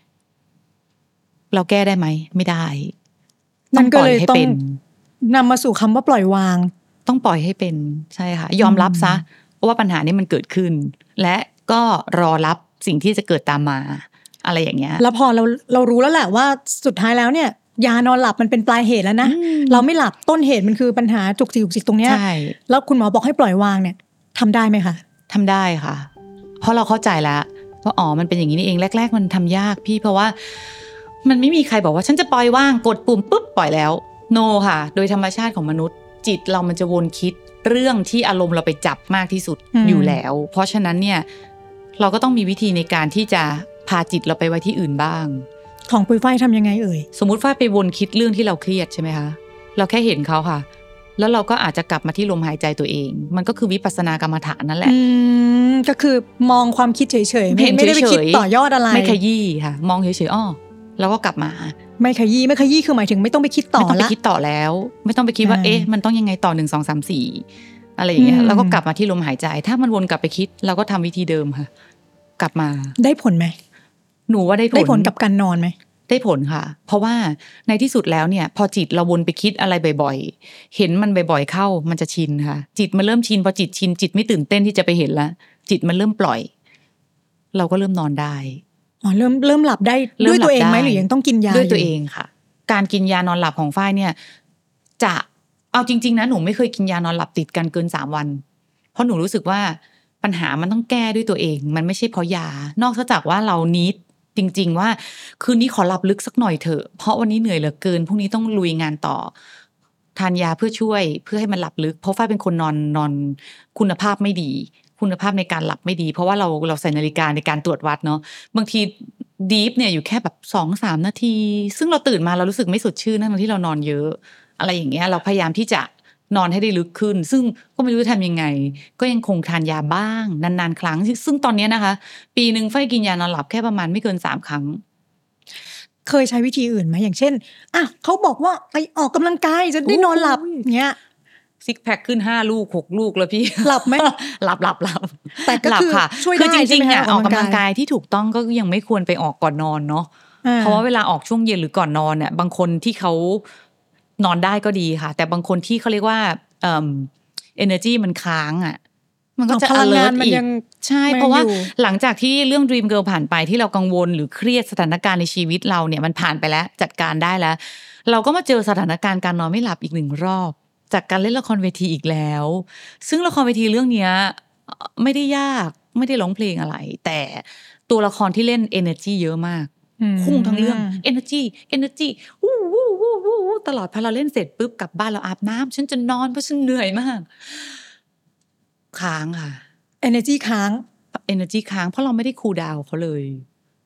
เราแก้ได้ไหมไม่ได้นั่นก็เลยต้องนำมาสู่คำว่าปล่อยวางต้องปล่อยให้เป็นใช่ค่ะยอมรับซะว่าปัญหานี้มันเกิดขึ้นและก็รอรับสิ่งที่จะเกิดตามมาอะไรอย่างเงี้ยแล้วพอเรารู้แล้วแหละว่าสุดท้ายแล้วเนี่ยยานอนหลับมันเป็นปลายเหตุแล้วนะเราไม่หลับต้นเหตุมันคือปัญหาจุกจิกตรงเนี้ยแล้วคุณหมอบอกให้ปล่อยวางเนี่ยทำได้ไหมคะทำได้ค่ะเพราะเราเข้าใจแล้วว่ามันเป็นอย่างนี้นี่เองแรกๆมันทำยากพี่เพราะว่ามันไม่มีใครบอกว่าฉันจะปล่อยว่างกดปุ่มปุ๊บปล่อยแล้วโนค่ะโดยธรรมชาติของมนุษย์จิตเรามันจะวนคิดเรื่องที่อารมณ์เราไปจับมากที่สุดอยู่แล้วเพราะฉะนั้นเนี่ยเราก็ต้องมีวิธีในการที่จะพาจิตเราไปไว้ที่อื่นบ้างของปุ้ยฝ้ายทำยังไงเอ่ยสมมุติฝ้ายไปวนคิดเรื่องที่เราเครียดใช่ไหมคะเราแค่เห็นเขาค่ะแล้วเราก็อาจจะกลับมาที่ลมหายใจตัวเองมันก็คือวิปัสสนากรรมฐานนั่นแหละก็คือมองความคิดเฉยๆไม่ได้ไปคิดต่อยอดอะไรไม่ขยี้ค่ะมองเฉยๆแล้วก็กลับมาไม่ขยี้คือหมายถึงไม่ต้องไปคิดต่อไม่ต้องไปคิดต่อแล้วไม่ต้องไปคิดว่ามันต้องยังไงต่อ1 2 3 4อะไรอย่างเงี้ยแล้วก็กลับมาที่ลมหายใจถ้ามันวนกลับไปคิดเราก็ทำวิธีเดิมค่ะกลับมาได้ผลไหมหนูว่าได้ผลกับการนอนไหมได้ผลค่ะเพราะว่าในที่สุดแล้วเนี่ยพอจิตเราวนไปคิดอะไรบ่อยๆเห็นมันบ่อยๆเข้ามันจะชินค่ะจิตมันเริ่มชินพอจิตชินจิตไม่ตื่นเต้นที่จะไปเห็นแล้วจิตมันเริ่มปล่อยเราก็เริ่มนอนได้เริ่มหลับได้ด้วยตัวเองไหมหรือยังต้องกินยาด้วยตัวเองค่ะการกินยานอนหลับของฝ้ายเนี่ยจะเอาจริงๆนะหนูไม่เคยกินยานอนหลับติดกันเกิน3 วันเพราะหนูรู้สึกว่าปัญหามันต้องแก้ด้วยตัวเองมันไม่ใช่เพราะยานอกจากว่าเรานิดจริงๆว่าคืนนี้ขอหลับลึกสักหน่อยเถอะเพราะวันนี้เหนื่อยเหลือเกินพรุ่งนี้ต้องลุยงานต่อทานยาเพื่อช่วยเพื่อให้มันหลับลึกเพราะฝ้ายเป็นคนนอนคุณภาพไม่ดีคุณภาพในการหลับไม่ดีเพราะว่าเราใส่นาฬิกาในการตรวจวัดเนาะบางทีดีฟเนี่ยอยู่แค่แบบ 2-3 นาทีซึ่งเราตื่นมาเรารู้สึกไม่สดชื่นทั้งที่เรานอนเยอะอะไรอย่างเงี้ยเราพยายามที่จะนอนให้ได้ลึกขึ้นซึ่งก็ไม่รู้จะทำยังไงก็ยังคงทานยาบ้างนานๆครั้งซึ่งตอนนี้นะคะปีนึงฝ้ายกินยานอนหลับแค่ประมาณไม่เกิน3 ครั้งเคยใช้วิธีอื่นไหมอย่างเช่นเขาบอกว่าไปออกกำลังกายจะได้นอนหลับเงี้ยซิกแพคขึ้น5 ลูก6 ลูกแล้วพี่หลับไหมหลับแต่ก็คือช่วยได้จริงๆออกกำลังกายที่ถูกต้องก็ยังไม่ควรไปออกก่อนนอนเนาะเพราะว่าเวลาออกช่วงเย็นหรือก่อนนอนเนี่ยบางคนที่เขานอนได้ก็ดีค่ะแต่บางคนที่เขาเรียกว่าenergy มันค้างมันก็จะ alert อีกใช่เพราะว่าหลังจากที่เรื่อง Dream Girl ผ่านไปที่เรากังวลหรือเครียดสถานการณ์ในชีวิตเราเนี่ยมันผ่านไปแล้วจัดการได้แล้วเราก็มาเจอสถานการณ์การนอนไม่หลับอีก1 รอบจากการเล่นละครเวทีอีกแล้วซึ่งละครเวทีเรื่องนี้ไม่ได้ยากไม่ได้ร้องเพลงอะไรแต่ตัวละครที่เล่น energy เยอะมากพุ่งทั้งเรื่อง energy วู้ตลอดพอเราเล่นเสร็จปุ๊บกลับบ้านเราอาบน้ำฉันจะนอนเพราะฉันเหนื่อยมากค้างค่ะ energy ค้างเพราะเราไม่ได้คูลดาวน์เขาเลย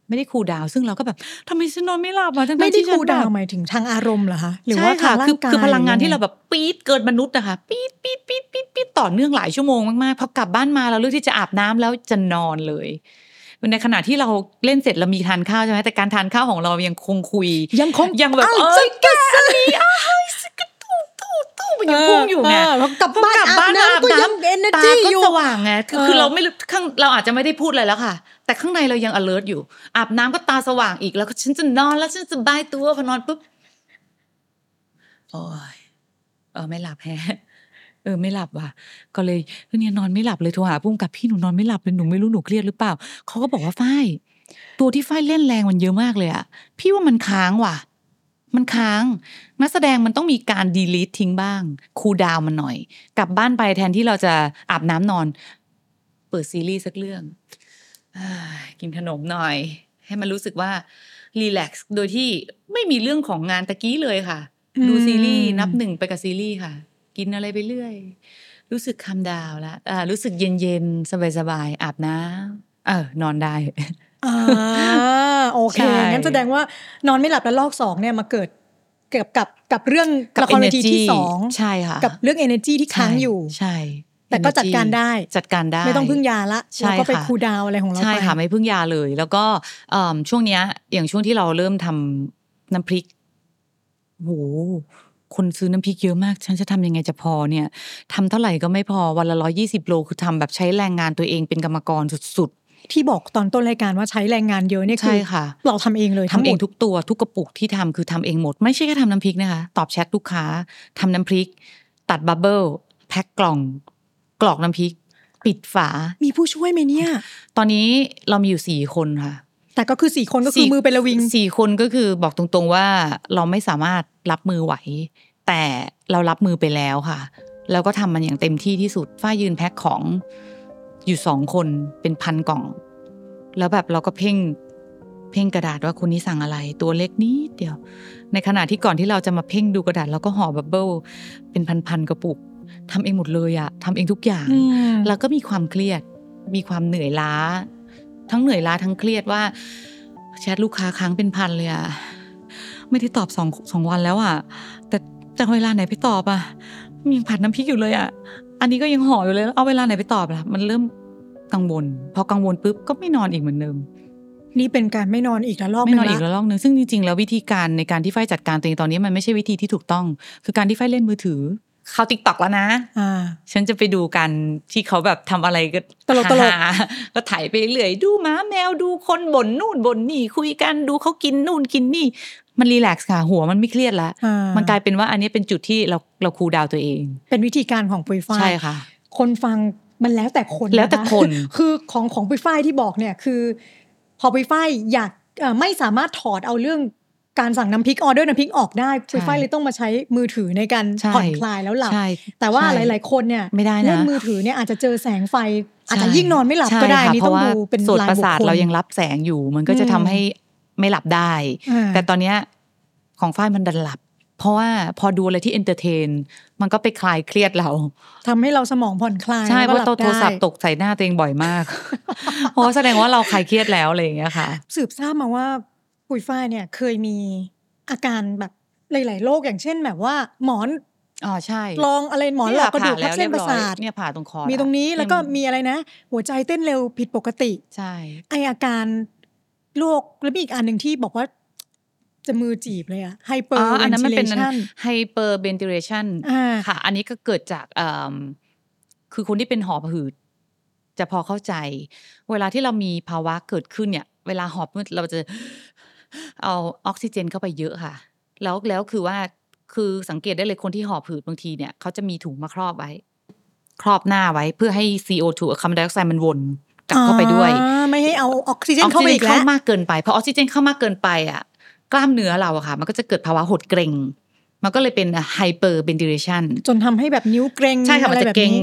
ไม่ได้คูลดาวน์ซึ่งเราก็แบบทำไมฉันนอนไม่หลับอ่ะทั้งๆไม่ได้ที่ฉัคูนลแบบดาวน์หมายถึงทางอารมณ์เหรอคะหรือใช่ว่าทาค่ะงร่างกายคือพลังงานที่เราหอแบบปี๊ดเกินมนุษย์อะค่ะปี๊ดปี๊ดปี๊ดปี๊ดปี๊ดต่อเนื่องหลายชั่วโมงมากๆพอกลับบ้านมาเราเลือกที่จะอาบน้ำแล้วจะนอนเลยในขณะที่เราเล่นเสร็จเรามีทานข้าวใช่ไหมแต่การทานข้าวของเรายังคงคุยยังคงยังแบบแกอันนี้สกตู้มันยังพุ่งอยู่ไงพอกลับบ้านอาบน้ำก็ยัง energy ตาก็อยู่สว่างไงคือเราไม่ข้างเราอาจจะไม่ได้พูดอะไรแล้วค่ะแต่ข้างในเรายัง alert อยู่อาบน้ำก็ตาสว่างอีกแล้วก็ฉันจะนอนแล้วฉันจะสบายตัวพอนอนปุ๊บโอ้ยไม่หลับแฮะไม่หลับว่ะก็เลยเนี่ยนอนไม่หลับเลยโทรหาผู้กำกับพี่หนูนอนไม่หลับเลยหนูไม่รู้หนูเครียดหรือเปล่าเขาก็บอกว่าฝ้ายตัวที่ฝ้ายเล่นแรงมันเยอะมากเลยอะพี่ว่ามันค้างว่ะมันค้างนักแสดงมันต้องมีการดีลีททิ้งบ้างคูลดาวน์มันหน่อยกลับบ้านไปแทนที่เราจะอาบน้ำนอนเปิดซีรีส์สักเรื่องกินขนมหน่อยให้มันรู้สึกว่ารีแลกซ์โดยที่ไม่มีเรื่องของงานตะกี้เลยค่ะดูซีรีส์นับหนึ่งไปกับซีรีส์ค่ะกินอะไรไปเรื่อยรู้สึกคัมดาวน์แล้วรู้สึกเย็นๆสบายๆอาบน้ำนอนได้โอเคงั้นแสดงว่านอนไม่หลับแล้วลอก2เนี่ยมาเกิดกับเรื่องละครเวทีที่2 ใช่ค่ะกับเรื่อง energy ที่ค้างอยู่ใช่แต่ก็จัดการได้ไม่ต้องพึ่งยาละแล้วก็ไปคูลดาวน์อะไรของเราไปใช่ค่ะไม่พึ่งยาเลยแล้วก็ช่วงเนี้ยอย่างช่วงที่เราเริ่มทำน้ำพริกโหคนซื้อน้ำพริกเยอะมากฉันจะทำยังไงจะพอเนี่ยทำเท่าไหร่ก็ไม่พอวันละ120 โลคือทำแบบใช้แรงงานตัวเองเป็นกรรมกรสุดที่บอกตอนต้นรายการว่าใช้แรงงานเยอะเนี่ยคือเราทำเองเลยทำเองทุกตัวทุกกระปุกที่ทำคือทำเองหมดไม่ใช่แค่ทำน้ำพริกนะคะตอบแชทลูกค้าทำน้ำพริกตัดบับเบิ้ลแพ็คกล่องกรอกน้ำพริกปิดฝามีผู้ช่วยไหมเนี่ยตอนนี้เรามีอยู่4 คนค่ะแต่ก็คือ4 คนก็คือมือเป็นระวิง 4 คนก็คือบอกตรงๆว่าเราไม่สามารถรับมือไหวแต่เรารับมือไปแล้วค่ะแล้วก็ทำมันอย่างเต็มที่ที่สุดฝ้ายยืนแพ็คของอยู่2 คนเป็น1,000 กล่องแล้วแบบเราก็เพ่งกระดาษว่าคนนี้สั่งอะไรตัวเล็กนิดเดียวในขณะที่ก่อนที่เราจะมาเพ่งดูกระดาษเราก็ห่อบับเบิ้ลเป็นพันกระปุกทำเองหมดเลยอะทำเองทุกอย่างแล้วก็มีความเครียดมีความเหนื่อยล้าทั้งเหนื่อยล้าทั้งเครียดว่าแชทลูกค้าค้างเป็นพันเลยอะไม่ได้ตอบ2 วันแล้วอะแต่จะเวลาไหนไปตอบอะยังผัดน้ำพริกอยู่เลยอะอันนี้ก็ยังห่ออยู่เลยเอาเวลาไหนไปตอบล่ะมันเริ่มกังวลพอกังวลปุ๊บก็ไม่นอนอีกเหมือนเดิมนี่เป็นการไม่นอนอีกระลอกนึงไม่นอนอีกระลอกนึงซึ่งจริงๆแล้ววิธีการในการที่ฝ้ายจัดการตัวเองตอนนี้มันไม่ใช่วิธีที่ถูกต้องคือการที่ฝ้ายเล่นมือถือเข้า TikTok แล้วนะฉันจะไปดูกันที่เขาแบบทำอะไรก็ตลกก็ถ่ายไปเรื่อยดูหมาแมวดูคนบ่นนู่นบ่นนี่คุยกันดูเขากินนู่นกินนี่มันรีแลกซ์ค่ะหัวมันไม่เครียดแล้วมันกลายเป็นว่าอันนี้เป็นจุดที่เราคูลดาวน์ตัวเองเป็นวิธีการของปุยฝ้ายใช่ค่ะคนฟังมันแล้วแต่คนคือของปุยฝ้ายที่บอกเนี่ยคือพอปุยฝ้ายอยากไม่สามารถถอดเอาเรื่องการสั่งน้ำพริกออเดอร์น้ำพริกออกได้ปุยฝ้ายเลยต้องมาใช้มือถือในการผ่อนคลายแล้วหลับแต่ว่าหลายๆคนเนี่ยเล่นมือถือเนี่ยอาจจะเจอแสงไฟอาจจะยิ่งนอนไม่หลับก็ได้นี่ต้องดูเป็นรายบุคคลโสตประสาทเรายังรับแสงอยู่มันก็จะทำให้ไม่หลับได้แต่ตอนเนี้ยของฝ้ายมันดันหลับเพราะว่าพอดูอะไรที่เอนเตอร์เทนมันก็ไปคลายเครียดเราทำให้เราสมองผ่อนคลายใช่เพราะโทรศัพท์ตกใส่หน้าตัวเองบ่อยมากเพราะแสดงว่าเราคลายเครียดแล้วอะไรอย่างเงี้ยค่ะสืบทราบมาว่าปุยฝ้ายเนี่ยเคยมีอาการแบบหลายๆโรคอย่างเช่นแบบว่าหมอนใช่ลองอะไรหมอนหลอกกระดูกทับเส้นประสาทเนี่ยผ่าตรงคอมีตรงนี้แล้วก็มีอะไรนะหัวใจเต้นเร็วผิดปกติใช่ไออาการโรคแล้วมีอีกอันนึงที่บอกว่าจะมือจีบเลยอะไฮเปอร์อันนั้นมันเป็นไฮเปอร์เวนทิเลชันค่ะอันนี้ก็เกิดจากคือคนที่เป็นหอบหืดจะพอเข้าใจเวลาที่เรามีภาวะเกิดขึ้นเนี่ยเวลาหอบเราจะเอาออกซิเจนเข้าไปเยอะค่ะแล้วคือว่าคือสังเกตได้เลยคนที่หอบหืดบางทีเนี่ยเขาจะมีถุงมาครอบไว้ครอบหน้าไว้เพื่อให้ CO2 คาร์บอนไดออกไซด์มันวนกลับเข้าไปด้วยไม่ให้เอาออกซิเจนเข้าไปอีกแล้วมากเกินไปพอออกซิเจนเข้ามากเกินไปอ่ะกล้ามเนื้อเราอะค่ะมันก็จะเกิดภาวะหดเกร็งมันก็เลยเป็นไฮเปอร์เวนทิเลชันจนทำให้แบบนิ้วเกร็งใช่ค่ะมันจะเกร็ง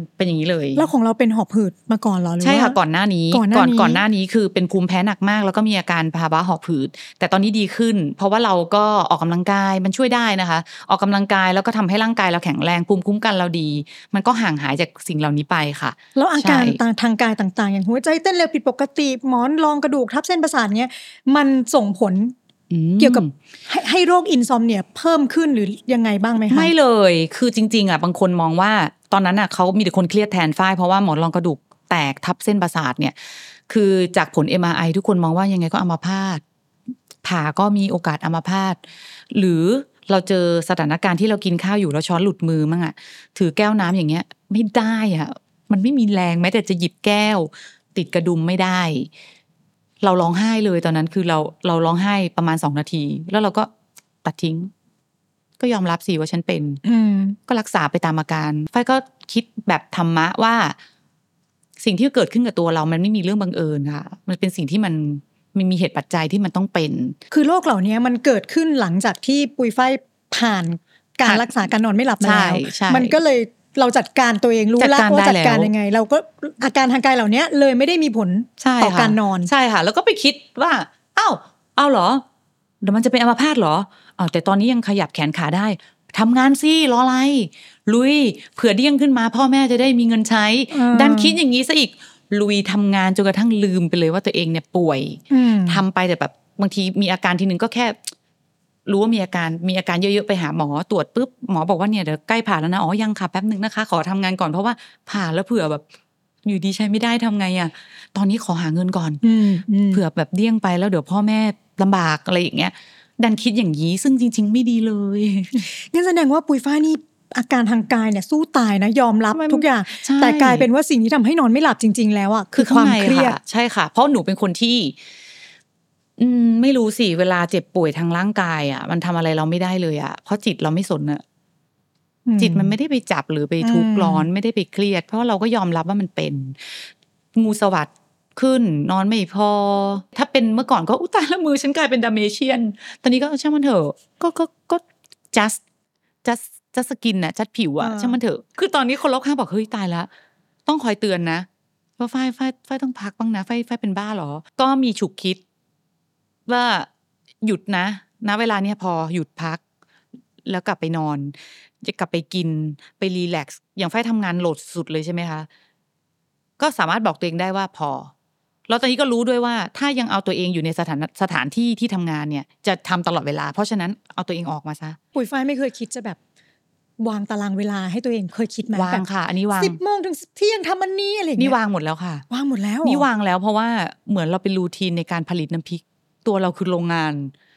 เป็นอย่างนี้เลยแล้วของเราเป็นหอบหืดมาก่อนเหรอหรือว่าใช่ค่ะก่อนหน้านี้คือเป็นภูมิแพ้หนักมากแล้วก็มีอาการภาวะหอบหืดแต่ตอนนี้ดีขึ้นเพราะว่าเราก็ออกกำลังกายมันช่วยได้นะคะออกกำลังกายแล้วก็ทำให้ร่างกายเราแข็งแรงภูมิคุ้มกันเราดีมันก็ห่างหายจากสิ่งเหล่านี้ไปค่ะแล้วอาการทางกายต่างๆอย่างหัวใจเต้นเร็วผิดปกติหมอนรองกระดูกทับเส้นประสาทเงี้ยมันส่งผลเกี่ยวกับให้โรคอินซอมเนียเพิ่มขึ้นหรือยังไงบ้างไหมคะไม่เลยคือจริงๆอ่ะบางคนมองว่าตอนนั้นอ่ะเขามีแต่คนเครียดแทนฝ้ายเพราะว่าหมอนรองกระดูกแตกทับเส้นประสาทเนี่ยคือจากผล MRI ทุกคนมองว่ายังไงก็อัมพาตผ่าก็มีโอกาสอัมพาตหรือเราเจอสถานการณ์ที่เรากินข้าวอยู่แล้วช้อนหลุดมือมั่งอ่ะถือแก้วน้ำอย่างเงี้ยไม่ได้อ่ะมันไม่มีแรงแม้แต่จะหยิบแก้วติดกระดุมไม่ได้เราร้องไห้เลยตอนนั้นคือเราร้องไห้ประมาณ2 นาทีแล้วเราก็ตัดทิ้งก็ยอมรับสิว่าฉันเป็นก็รักษาไปตามอาการฝ้ายก็คิดแบบธรรมะว่าสิ่งที่เกิดขึ้นกับตัวเรามันไม่มีเรื่องบังเอิญค่ะมันเป็นสิ่งที่มันมีเหตุปัจจัยที่มันต้องเป็นคือโรคเหล่านี้มันเกิดขึ้นหลังจากที่ปุยฝ้ายผ่านการรักษาการนอนไม่หลับมาแล้วมันก็เลยเราจัดการตัวเองรู้แล้วว่าจัดการยังไงเราก็อาการทางกายเหล่านี้เลยไม่ได้มีผลต่อการนอนใช่ค่ะแล้วก็ไปคิดว่าอ้าวเหรอเดี๋ยวมันจะเป็นอัมพาตเหรอแต่ตอนนี้ยังขยับแขนขาได้ทำงานสิรออะไรลุยเผื่อเดี้ยงขึ้นมาพ่อแม่จะได้มีเงินใช้ดันคิดอย่างนี้ซะอีกลุยทำงานจนกระทั่งลืมไปเลยว่าตัวเองเนี่ยป่วยทำไปแต่แบบบางทีมีอาการทีนึงก็แค่รู้ว่ามีอาการเยอะๆไปหาหมอตรวจปุ๊บหมอบอกว่าเนี่ยเดี๋ยวใกล้ผ่าแล้วนะอ๋อยังค่ะแป๊บนึงนะคะขอทำงานก่อนเพราะว่าผ่าแล้วเผื่อแบบอยู่ดีใช้ไม่ได้ทำไงอ่ะตอนนี้ขอหาเงินก่อนเผื่อแบบเดี้ยงไปแล้วเดี๋ยวพ่อแม่ลำบากอะไรอย่างเงี้ยดันคิดอย่างนี้ซึ่งจริงๆไม่ดีเลยงั้นแสดงว่าปุยฝ้ายนี่อาการทางกายเนี่ยสู้ตายนะยอมรับทุกอย่างแต่กลายเป็นว่าสิ่งที่ทำให้นอนไม่หลับจริงๆแล้วอ่ะคือความเครียดใช่ค่ะเพราะหนูเป็นคนที่ไม่รู้สิเวลาเจ็บป่วยทางร่างกายอ่ะมันทำอะไรเราไม่ได้เลยอ่ะเพราะจิตเราไม่สนอ่ะจิตมันไม่ได้ไปจับหรือไปทุกข์ร้อนไม่ได้ไปเครียดเพราะเราก็ยอมรับว่ามันเป็นงูสวัสด์ขึ้นนอนไม่พอถ้าเป็นเมื่อก่อนก็อุตายละมือฉันกลายเป็นดาเมเชียนตอนนี้ก็ช่างมันเถอะก็ just สกินน่ะจัดผิวอ่ะช่างมันเถอะคือตอนนี้คนรอบข้างบอกเฮ้ยตายละต้องคอยเตือนนะว่าฝ้ายต้องพักบ้างนะฝ้ายเป็นบ้าหรอก็มีฉุกคิดว่าหยุดนะเวลาเนี้ยพอหยุดพักแล้วกลับไปนอนจะกลับไปกินไปรีแลกซ์อย่างฝ้ายทำงานโหลดสุดเลยใช่ไหมคะก็สามารถบอกตัวเองได้ว่าพอแล้วตอนนี้ก็รู้ด้วยว่าถ้ายังเอาตัวเองอยู่ในสถานที่ที่ทำงานเนี่ยจะทำตลอดเวลาเพราะฉะนั้นเอาตัวเองออกมาซะปุยฝ้ายไม่เคยคิดจะแบบวางตารางเวลาให้ตัวเองเคยคิดไหมวางค่ะอันนี้วาง 10 โมงถึงเที่ยงทำอันนี้อะไรอย่างเงี้ยนี่วางหมดแล้วค่ะวางหมดแล้วนี่วางแล้วเพราะว่าเหมือนเราเป็นรูทีนในการผลิตน้ำพริกตัวเราคือโรงงาน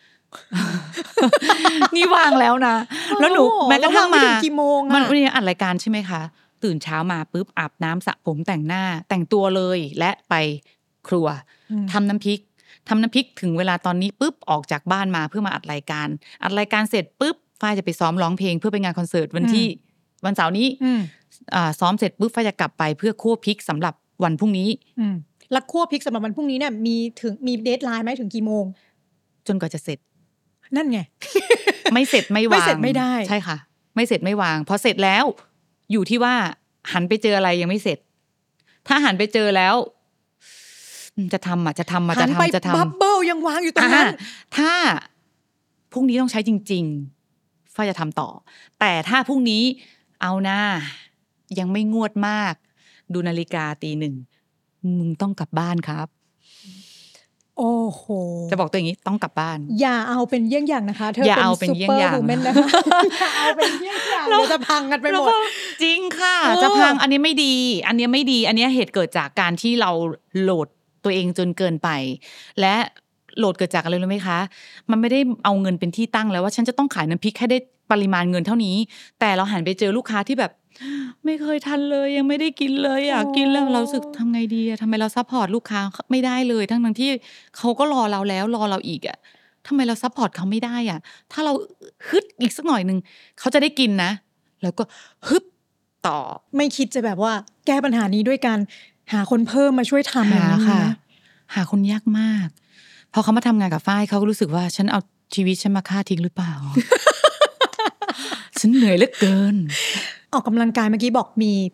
นี่วางแล้วนะแล้วหนูแม้กระทั่งมามันนี่อัดรายการใช่ไหมคะตื่นเช้ามาปุ๊บอาบน้ำสระผมแต่งหน้าแต่งตัวเลยและไปครัวทำน้ำพริกถึงเวลาตอนนี้ปุ๊บออกจากบ้านมาเพื่อมาอัดรายการเสร็จปุ๊บฝ้ายจะไปซ้อมร้องเพลงเพื่อไปงานคอนเสิร์ตวันเสาร์นี้ซ้อมเสร็จปุ๊บฝ้ายจะกลับไปเพื่อคั่วพริกสำหรับวันพรุ่งนี้แล้วคั่วพริกสำหรับวันพรุ่งนี้เนี่ยมีเดดไลน์ไหมถึงกี่โมงจนกว่าจะเสร็จนั่นไงไม่เสร็จไม่วางไม่เสร็จไม่ได้ใช่ค่ะไม่เสร็จไม่วางพอเสร็จแล้วอยู่ที่ว่าหันไปเจออะไรยังไม่เสร็จถ้าหันไปเจอแล้วจะทำบับเบิ้ลยังวางอยู่ตรงนั้นถ้าพรุ่งนี้ต้องใช้จริงๆฝ้ายจะทำต่อแต่ถ้าพรุ่งนี้เอาหน้ายังไม่งวดมากดูนาฬิกา 1:00 นมึงต้องกลับบ้านครับโอ้โหจะบอกตัวอย่างนี้ต้องกลับบ้านอย่าเอาเป็นเยี่ยงอย่างนะคะเธอเป็นซุปเปอร์วูแมนนะคะอย่าเอาเป็นเยี่ยงอย่างเราจะพังกันไปหมดจริงค่ะจะพังอันนี้ไม่ดีอันนี้เหตุเกิดจากการที่เราโหลดตัวเองจนเกินไปและโหลดเกิดจากอะไรรู้ไหมคะมันไม่ได้เอาเงินเป็นที่ตั้งแล้วว่าฉันจะต้องขายน้ำพริกให้ได้ปริมาณเงินเท่านี้แต่เราหันไปเจอลูกค้าที่แบบไม่เคยทันเลยยังไม่ได้กินเลยอยากกินแล้วเราสึกทำไงดีทำไมเราซัพพอร์ตลูกค้าไม่ได้เลยทั้งที่เขาก็รอเราแล้วรอเราอีกทำไมเราซัพพอร์ตเขาไม่ได้ถ้าเราฮึดอีกสักหน่อยนึงเขาจะได้กินนะแล้วก็ฮึบต่อไม่คิดจะแบบว่าแก้ปัญหานี้ด้วยการหาคนเพิ่มมาช่วยทำอย่างนี้ค่ะหาคนยากมากพอเขามาทำงานกับฝ้ายเขาก็รู้สึกว่าฉันเอาชีวิตฉันมาฆ่าทิ้งหรือเปล่า ฉันเหนื่อยเหลือเกินออกกำลังกายเมื่อกี้บอกมี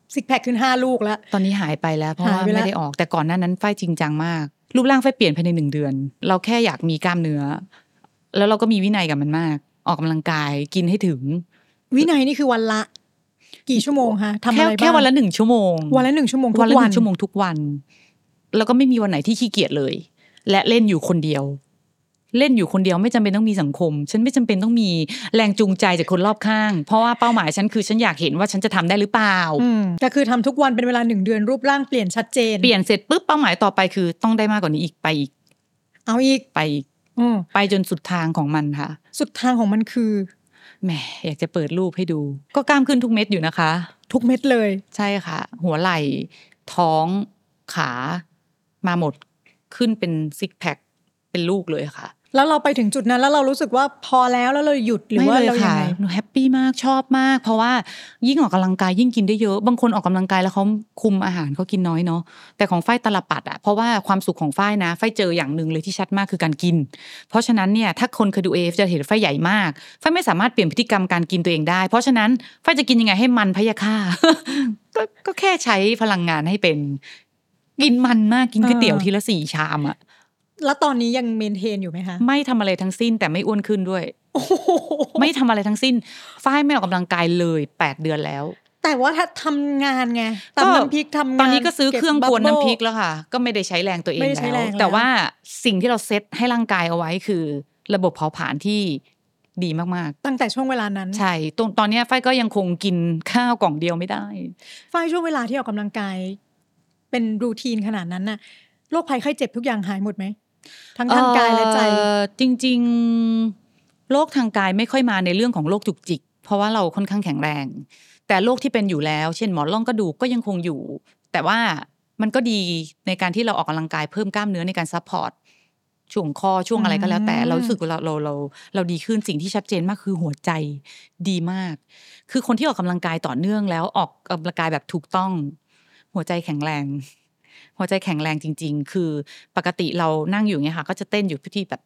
ซิกแพคขึ้น5ลูกแล้วตอนนี้หายไปแล้วเพราะว่าหายไปแล้วไม่ได้ออกแต่ก่อนหน้านั้นฝ้ายจริงจังมากรูปร่างฝ้ายเปลี่ยนภายใน1 เดือนเราแค่อยากมีกล้ามเนื้อแล้วเราก็มีวินัยกับมันมากออกกำลังกายกินให้ถึงวินัยนี่คือวันละกี่ชั่วโมงคะทำอะไรบ้างแค่วันละ1 ชั่วโมงวันละ1 ชั่วโมงทุกวันวันละ1 ชั่วโมงทุกวันแล้วก็ไม่มีวันไหนที่ขี้เกียจเลยและเล่นอยู่คนเดียวไม่จำเป็นต้องมีสังคมฉันไม่จำเป็นต้องมีแรงจูงใจจากคนรอบข้างเพราะว่าเป้าหมายฉันคือฉันอยากเห็นว่าฉันจะทำได้หรือเปล่าก็คือทำทุกวันเป็นเวลา1 เดือนรูปร่างเปลี่ยนชัดเจนเปลี่ยนเสร็จปุ๊บเป้าหมายต่อไปคือต้องได้มากกว่านี้อีกไปอีกเอาอีกไปอีกไปจนสุดทางของมันค่ะสุดทางของมันคือแหมอยากจะเปิดรูปให้ดูก็กล้ามขึ้นทุกเม็ดอยู่นะคะทุกเม็ดเลยใช่ค่ะหัวไหล่ท้องขามาหมดขึ้นเป็นซิกแพคเป็นลูกเลยค่ะแล้วเราไปถึงจุดนั้นแล้วเรารู้สึกว่าพอแล้วเราหยุดหรือว่าเรายังไงหนูแฮปปี้มากชอบมากเพราะว่ายิ่งออกกำลังกายยิ่งกินได้เยอะบางคนออกกำลังกายแล้วเขาคุมอาหารเขากินน้อยเนาะแต่ของฝ้ายตลปัดอ่ะเพราะว่าความสุขของฝ้ายนะฝ้ายเจออย่างนึงเลยที่ชัดมากคือการกินเพราะฉะนั้นเนี่ยถ้าคนเคยดูAFจะเห็นฝ้ายใหญ่มากฝ้ายไม่สามารถเปลี่ยนพฤติกรรมการกินตัวเองได้เพราะฉะนั้นฝ้ายจะกินยังไงให้มันพะยาค่า ก็แค่ใช้พลังงานให้เป็นกินมันมากกินก๋วยเตี๋ยวทีละ4 ชามอะแล้วตอนนี้ยังเมนเทนอยู่ไหมคะไม่ทำอะไรทั้งสิ้นแต่ไม่อ้วนขึ้นด้วยไม่ทำอะไรทั้งสิ้นฝ้ายไม่ออกกำลังกายเลย8 เดือนแล้วแต่ว่าถ้าทำงานไงตำน้ำพริกทำงานตอนนี้ก็ซื้อเครื่องกวนน้ำพริกแล้วค่ะก็ไม่ได้ใช้แรงตัวเองแล้วแต่ว่าสิ่งที่เราเซตให้ร่างกายเอาไว้คือระบบเผาผลาญที่ดีมากๆตั้งแต่ช่วงเวลานั้นใช่ตอนนี้ฝ้ายก็ยังคงกินข้าวกล่องเดียวไม่ได้ฝ้ายช่วงเวลาที่ออกกำลังกายเป็นรูทีนขนาดนั้นน่ะโรคภัยไข้เจ็บทุกอย่างหายหมดไหมทั้งทางกายและใจจริงๆโรคทางกายไม่ค่อยมาในเรื่องของโรคจุกจิกเพราะว่าเราค่อนข้างแข็งแรงแต่โรคที่เป็นอยู่แล้วเช่นหมอนรองกระดูกก็ยังคงอยู่แต่ว่ามันก็ดีในการที่เราออกกำลังกายเพิ่มกล้ามเนื้อในการซัพพอร์ตช่วงคอช่วงอะไรก็แล้วแต่เรารู้สึกเราดีขึ้นสิ่งที่ชัดเจนมากคือหัวใจดีมากคือคนที่ออกกำลังกายต่อเนื่องแล้วออกกำลังกายแบบถูกต้องหัวใจแข็งแรงจริงๆคือปกติเรานั่งอยู่เงี้ยค่ะก็จะเต้นอยู่ที่แบบ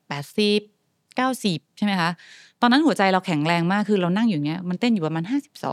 80 90ใช่ไหมคะตอนนั้นหัวใจเราแข็งแรงมากคือเรานั่งอยู่เงี้ยมันเต้นอยู่ประมาณ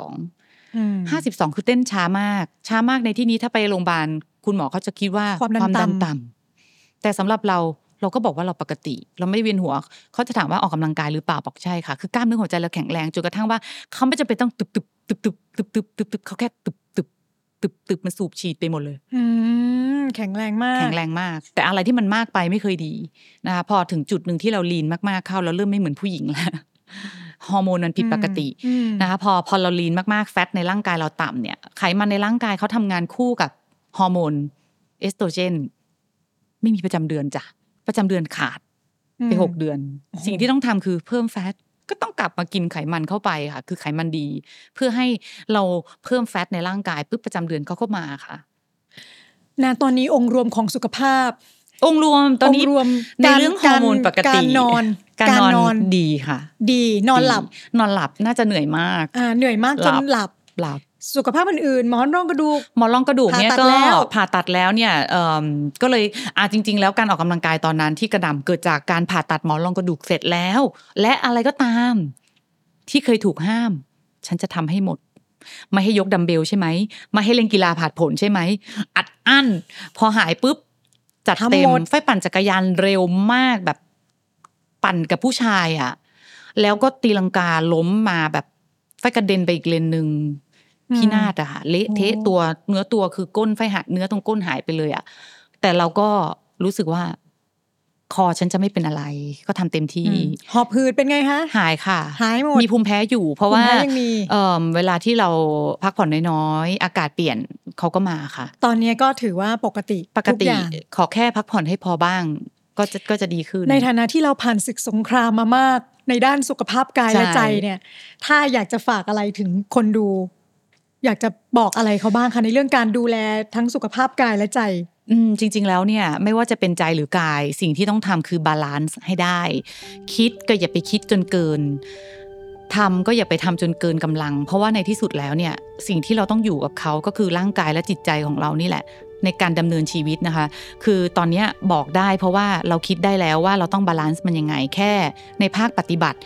52คือเต้นช้ามากในที่นี้ถ้าไปโรงพยาบาลคุณหมอเขาจะคิดว่าความดันต่ำแต่สำหรับเราก็บอกว่าเราปกติเราไม่ได้เวียนหัวเขาจะถามว่าออกกำลังกายหรือเปล่าบอกใช่ค่ะคือกล้ามเนื้อหัวใจเราแข็งแรงจนกระทั่งว่าเขาไม่จำเป็นต้องตึบเขาแค่ตึบมันสูบฉีดไปหมดเลยแข็งแรงมากแต่อะไรที่มันมากไปไม่เคยดีนะคะพอถึงจุดนึงที่เราลีนมากๆเข้าเราเริ่มไม่เหมือนผู้หญิงแล้วฮอร์โมนมันผิดปกตินะคะพอเราลีนมากๆแฟตในร่างกายเราต่ำเนี่ยไขมันในร่างกายเขาทำงานคู่กับฮอร์โมนเอสโตรเจนไม่มีประจำเดือนจ้ะประจำเดือนขาดไป6 เดือนสิ่งที่ต้องทำคือเพิ่มแฟตก็ต้องกลับมากินไขมันเข้าไปค่ะคือไขมันดีเพื่อให้เราเพิ่มแฟตในร่างกายปุ๊บประจำเดือนเขาเข้ามาค่ะนะตอนนี้องค์รวมของสุขภาพองค์รวมตอนนี้ในเรื่องฮอร์โมนปกติการนอนดีค่ะดีนอนหลับน่าจะเหนื่อยมากเหนื่อยมากจนหลับสุขภาพอื่นๆหมอนรองกระดูกเนี่ยก็ผ่าตัดแล้วเนี่ยก็เลยจริงๆแล้วการออกกำลังกายตอนนั้นที่กระหน่ำเกิดจากการผ่าตัดหมอนรองกระดูกเสร็จแล้วและอะไรก็ตามที่เคยถูกห้ามฉันจะทำให้หมดไม่ให้ยกดัมเบลใช่ไหมไม่ให้เล่นกีฬาผาดผลใช่ไหมอัดอั้นพอหายปุ๊บจัดเต็มไฟปั่นจักรยานเร็วมากแบบปั่นกับผู้ชายอ่ะแล้วก็ตีลังกาล้มมาแบบไฟกระเด็นไปอีกเลนนึงพินาศอะค่ะเละเทะตัวเนื้อตัวคือก้นไฟหักเนื้อตรงก้นหายไปเลยอะแต่เราก็รู้สึกว่าคอฉันจะไม่เป็นอะไรก็ทำเต็มที่หอบหืดเป็นไงคะหายค่ะหายหมดมีภูมิแพ้อยู่เพราะว่าเวลาที่เราพักผ่อนน้อยๆอากาศเปลี่ยนเขาก็มาค่ะตอนนี้ก็ถือว่าปกติขอแค่พักผ่อนให้พอบ้างก็จะดีขึ้นในฐานะที่เราผ่านศึกสงครามมามากในด้านสุขภาพกายและใจเนี่ยถ้าอยากจะฝากอะไรถึงคนดูอยากจะบอกอะไรเขาบ้างคะในเรื่องการดูแลทั้งสุขภาพกายและใจจริงๆแล้วเนี่ยไม่ว่าจะเป็นใจหรือกายสิ่งที่ต้องทำคือบาลานซ์ให้ได้คิดก็อย่าไปคิดจนเกินทำก็อย่าไปทำจนเกินกำลังเพราะว่าในที่สุดแล้วเนี่ยสิ่งที่เราต้องอยู่กับเขาก็คือร่างกายและจิตใจของเรานี่แหละในการดำเนินชีวิตนะคะคือตอนนี้บอกได้เพราะว่าเราคิดได้แล้วว่าเราต้องบาลานซ์มันยังไงแค่ในภาคปฏิบัติ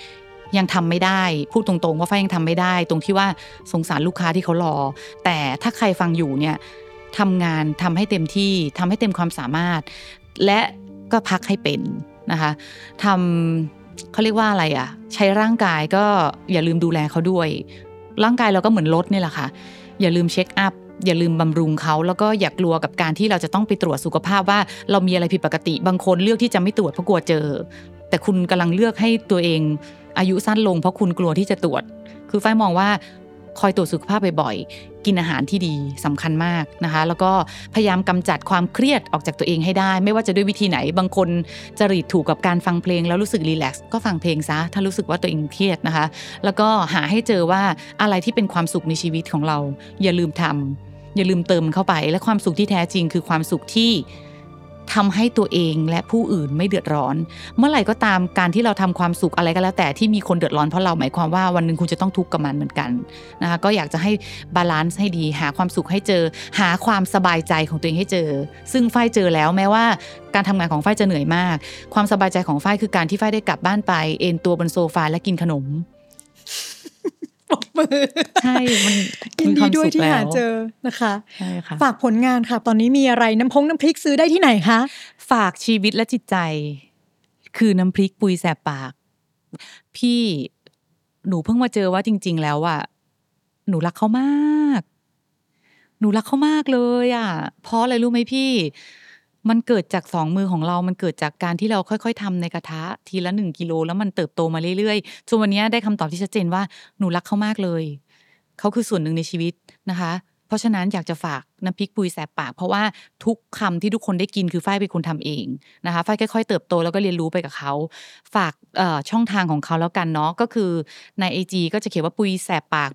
ยังทำไม่ได้พูดตรงๆว่าฝ้ายยังทำไม่ได้ตรงที่ว่าสงสารลูกค้าที่เขารอแต่ถ้าใครฟังอยู่เนี่ยทำงานทำให้เต็มที่ทำให้เต็มความสามารถและก็พักให้เป็นนะคะทำเขาเรียกว่าอะไรอ่ะใช้ร่างกายก็อย่าลืมดูแลเขาด้วยร่างกายเราก็เหมือนรถนี่แหละค่ะอย่าลืมเช็คอัพอย่าลืมบำรุงเขาแล้วก็อย่ากลัวกับการที่เราจะต้องไปตรวจสุขภาพว่าเรามีอะไรผิดปกติบางคนเลือกที่จะไม่ตรวจเพราะกลัวเจอแต่คุณกำลังเลือกให้ตัวเองอายุสั้นลงเพราะคุณกลัวที่จะตรวจคือฝ้ายมองว่าคอยตรวจสุขภาพบ่อยๆกินอาหารที่ดีสำคัญมากนะคะแล้วก็พยายามกำจัดความเครียดออกจากตัวเองให้ได้ไม่ว่าจะด้วยวิธีไหนบางคนจริตถูกกับการฟังเพลงแล้วรู้สึกรีแลกซ์ก็ฟังเพลงซะถ้ารู้สึกว่าตัวเองเครียดนะคะแล้วก็หาให้เจอว่าอะไรที่เป็นความสุขในชีวิตของเราอย่าลืมทำอย่าลืมเติมเข้าไปและความสุขที่แท้จริงคือความสุขที่ทำให้ตัวเองและผู้อื่นไม่เดือดร้อนเมื่อไหร่ก็ตามการที่เราทำความสุขอะไรก็แล้วแต่ที่มีคนเดือดร้อนเพราะเราหมายความว่าวันนึงคุณจะต้องทุกข์กับมันเหมือนกันนะคะก็อยากจะให้บาลานซ์ให้ดีหาความสุขให้เจอหาความสบายใจของตัวเองให้เจอซึ่งฝ้ายเจอแล้วแม้ว่าการทำงานของฝ้ายจะเหนื่อยมากความสบายใจของฝ้ายคือการที่ฝ้ายได้กลับบ้านไปเอนตัวบนโซฟาและกินขนมปรบมือใช่มันยินดีด้วยที่หาเจอนะคะใช่ค่ะฝากผลงานค่ะตอนนี้มีอะไรน้ำพริกซื้อได้ที่ไหนคะฝากชีวิตและจิตใจคือน้ำพริกปุยแสบปากพี่หนูเพิ่งมาเจอว่าจริงๆแล้วอ่ะหนูรักเขามากหนูรักเขามากเลยอ่ะเพราะอะไรรู้ไหมพี่มันเกิดจาก2มือของเรามันเกิดจากการที่เราค่อยๆทำในกระทะทีละ1กิโลแล้วมันเติบโตมาเรื่อยๆจนวันนี้ได้คำตอบที่ชัดเจนว่าหนูรักเขามากเลยเขาคือส่วนหนึ่งในชีวิตนะคะเพราะฉะนั้นอยากจะฝากน้ำพริกปุยแสบปากเพราะว่าทุกคำที่ทุกคนได้กินคือฝ้ายเป็นคนทำเองนะคะฝ้ายค่อยๆเติบโตแล้วก็เรียนรู้ไปกับเขาฝากช่องทางของเขาแล้วกันเนาะก็คือใน IG ก็จะเขียนว่าปุยแสบปาก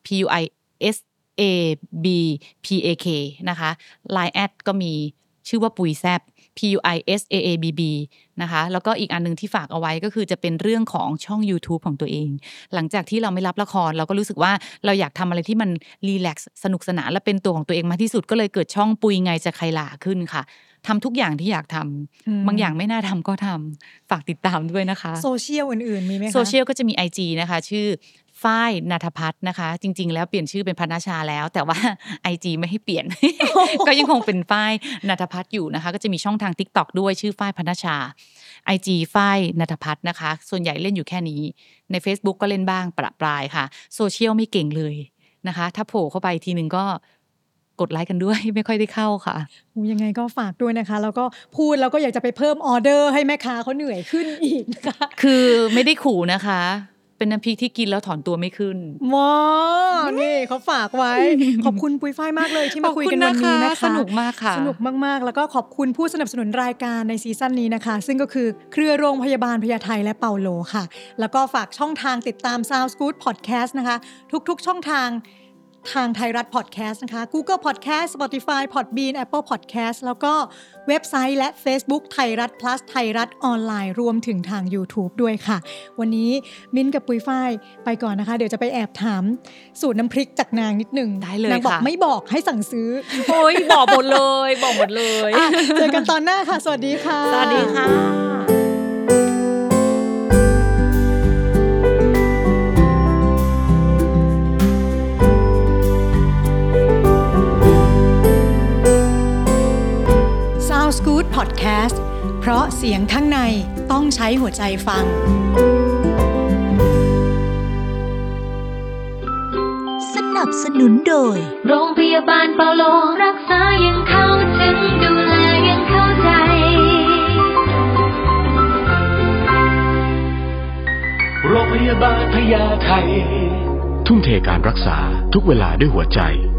PUISABPAK นะคะ Line แอดก็มีชื่อว่าปุยแซบ PUISAABB นะคะแล้วก็อีกอันนึงที่ฝากเอาไว้ก็คือจะเป็นเรื่องของช่อง YouTube ของตัวเองหลังจากที่เราไม่รับละครเราก็รู้สึกว่าเราอยากทำอะไรที่มันรีแลกซ์สนุกสนานและเป็นตัวของตัวเองมากที่สุดก็เลยเกิดช่องปุยไงจะใครล่ะขึ้นค่ะทำทุกอย่างที่อยากทำบางอย่างไม่น่าทำก็ทำฝากติดตามด้วยนะคะโซเชียลอื่นๆมีไหมคะโซเชียลก็จะมี IG นะคะชื่อฝ้ายณัฐพัฒน์นะคะจริงๆแล้วเปลี่ยนชื่อเป็นพรรณชาแล้วแต่ว่า IG ไม่ให้เปลี่ยน ก็ยังคงเป็นฝ้ายณัฐพัฒน์อยู่นะคะก็จะมีช่องทาง TikTok ด้วยชื่อฝ้ายพรรณชา IG ฝ้ายณัฐพัฒน์นะคะส่วนใหญ่เล่นอยู่แค่นี้ใน Facebook ก็เล่นบ้างประปรายค่ะโซเชียลไม่เก่งเลยนะคะถ้าโผล่เข้าไปทีนึงก็กดไลค์กันด้วยไม่ค่อยได้เข้าค่ะยังไงก็ฝากด้วยนะคะแล้วก็พูดแล้วก็อยากจะไปเพิ่มออเดอร์ให้แม่ค้าเขาเหนื่อยขึ้นอีกนะคะคือไม่ได้ขู่นะคะเป็นน้ำพริกที่กินแล้วถอนตัวไม่ขึ้นว้าวนี่เขาฝากไว้ขอบคุณปุยฝ้ายมากเลยที่มาคุยกันวันนี้นะคะสนุกมากค่ะสนุกมากๆแล้วก็ขอบคุณผู้สนับสนุนรายการในซีซั่นนี้นะคะซึ่งก็คือเครือโรงพยาบาลพญาไทและเปาโลค่ะแล้วก็ฝากช่องทางติดตาม Sounds Good Podcast นะคะทุกๆช่องทางไทยรัฐ Podcast นะคะ Google Podcast Spotify Podbean Apple Podcast แล้วก็เว็บไซต์และ Facebook ไทยรัฐ plus ไทยรัฐออนไลน์รวมถึงทาง YouTube ด้วยค่ะวันนี้มิ้นกับปุยฝ้ายไปก่อนนะคะเดี๋ยวจะไปแอบถามสูตรน้ำพริกจากนางนิดนึงได้เลยค่ะนางบอกไม่บอกให้สั่งซื้อโอ้ยบอกหมดเลยบอกหมดเลยเจอกันตอนหน้าค่ะสวัสดีค่ะสวัสดีค่ะ Sounds Good Podcast เพราะเสียงข้างในต้องใช้หัวใจฟังสนับสนุนโดยโรงพยาบาลเปาโลรักษายังเข้าถึงดูแลยังเข้าใจโรงพยาบาลพญาไททุ่มเทการรักษาทุกเวลาด้วยหัวใจ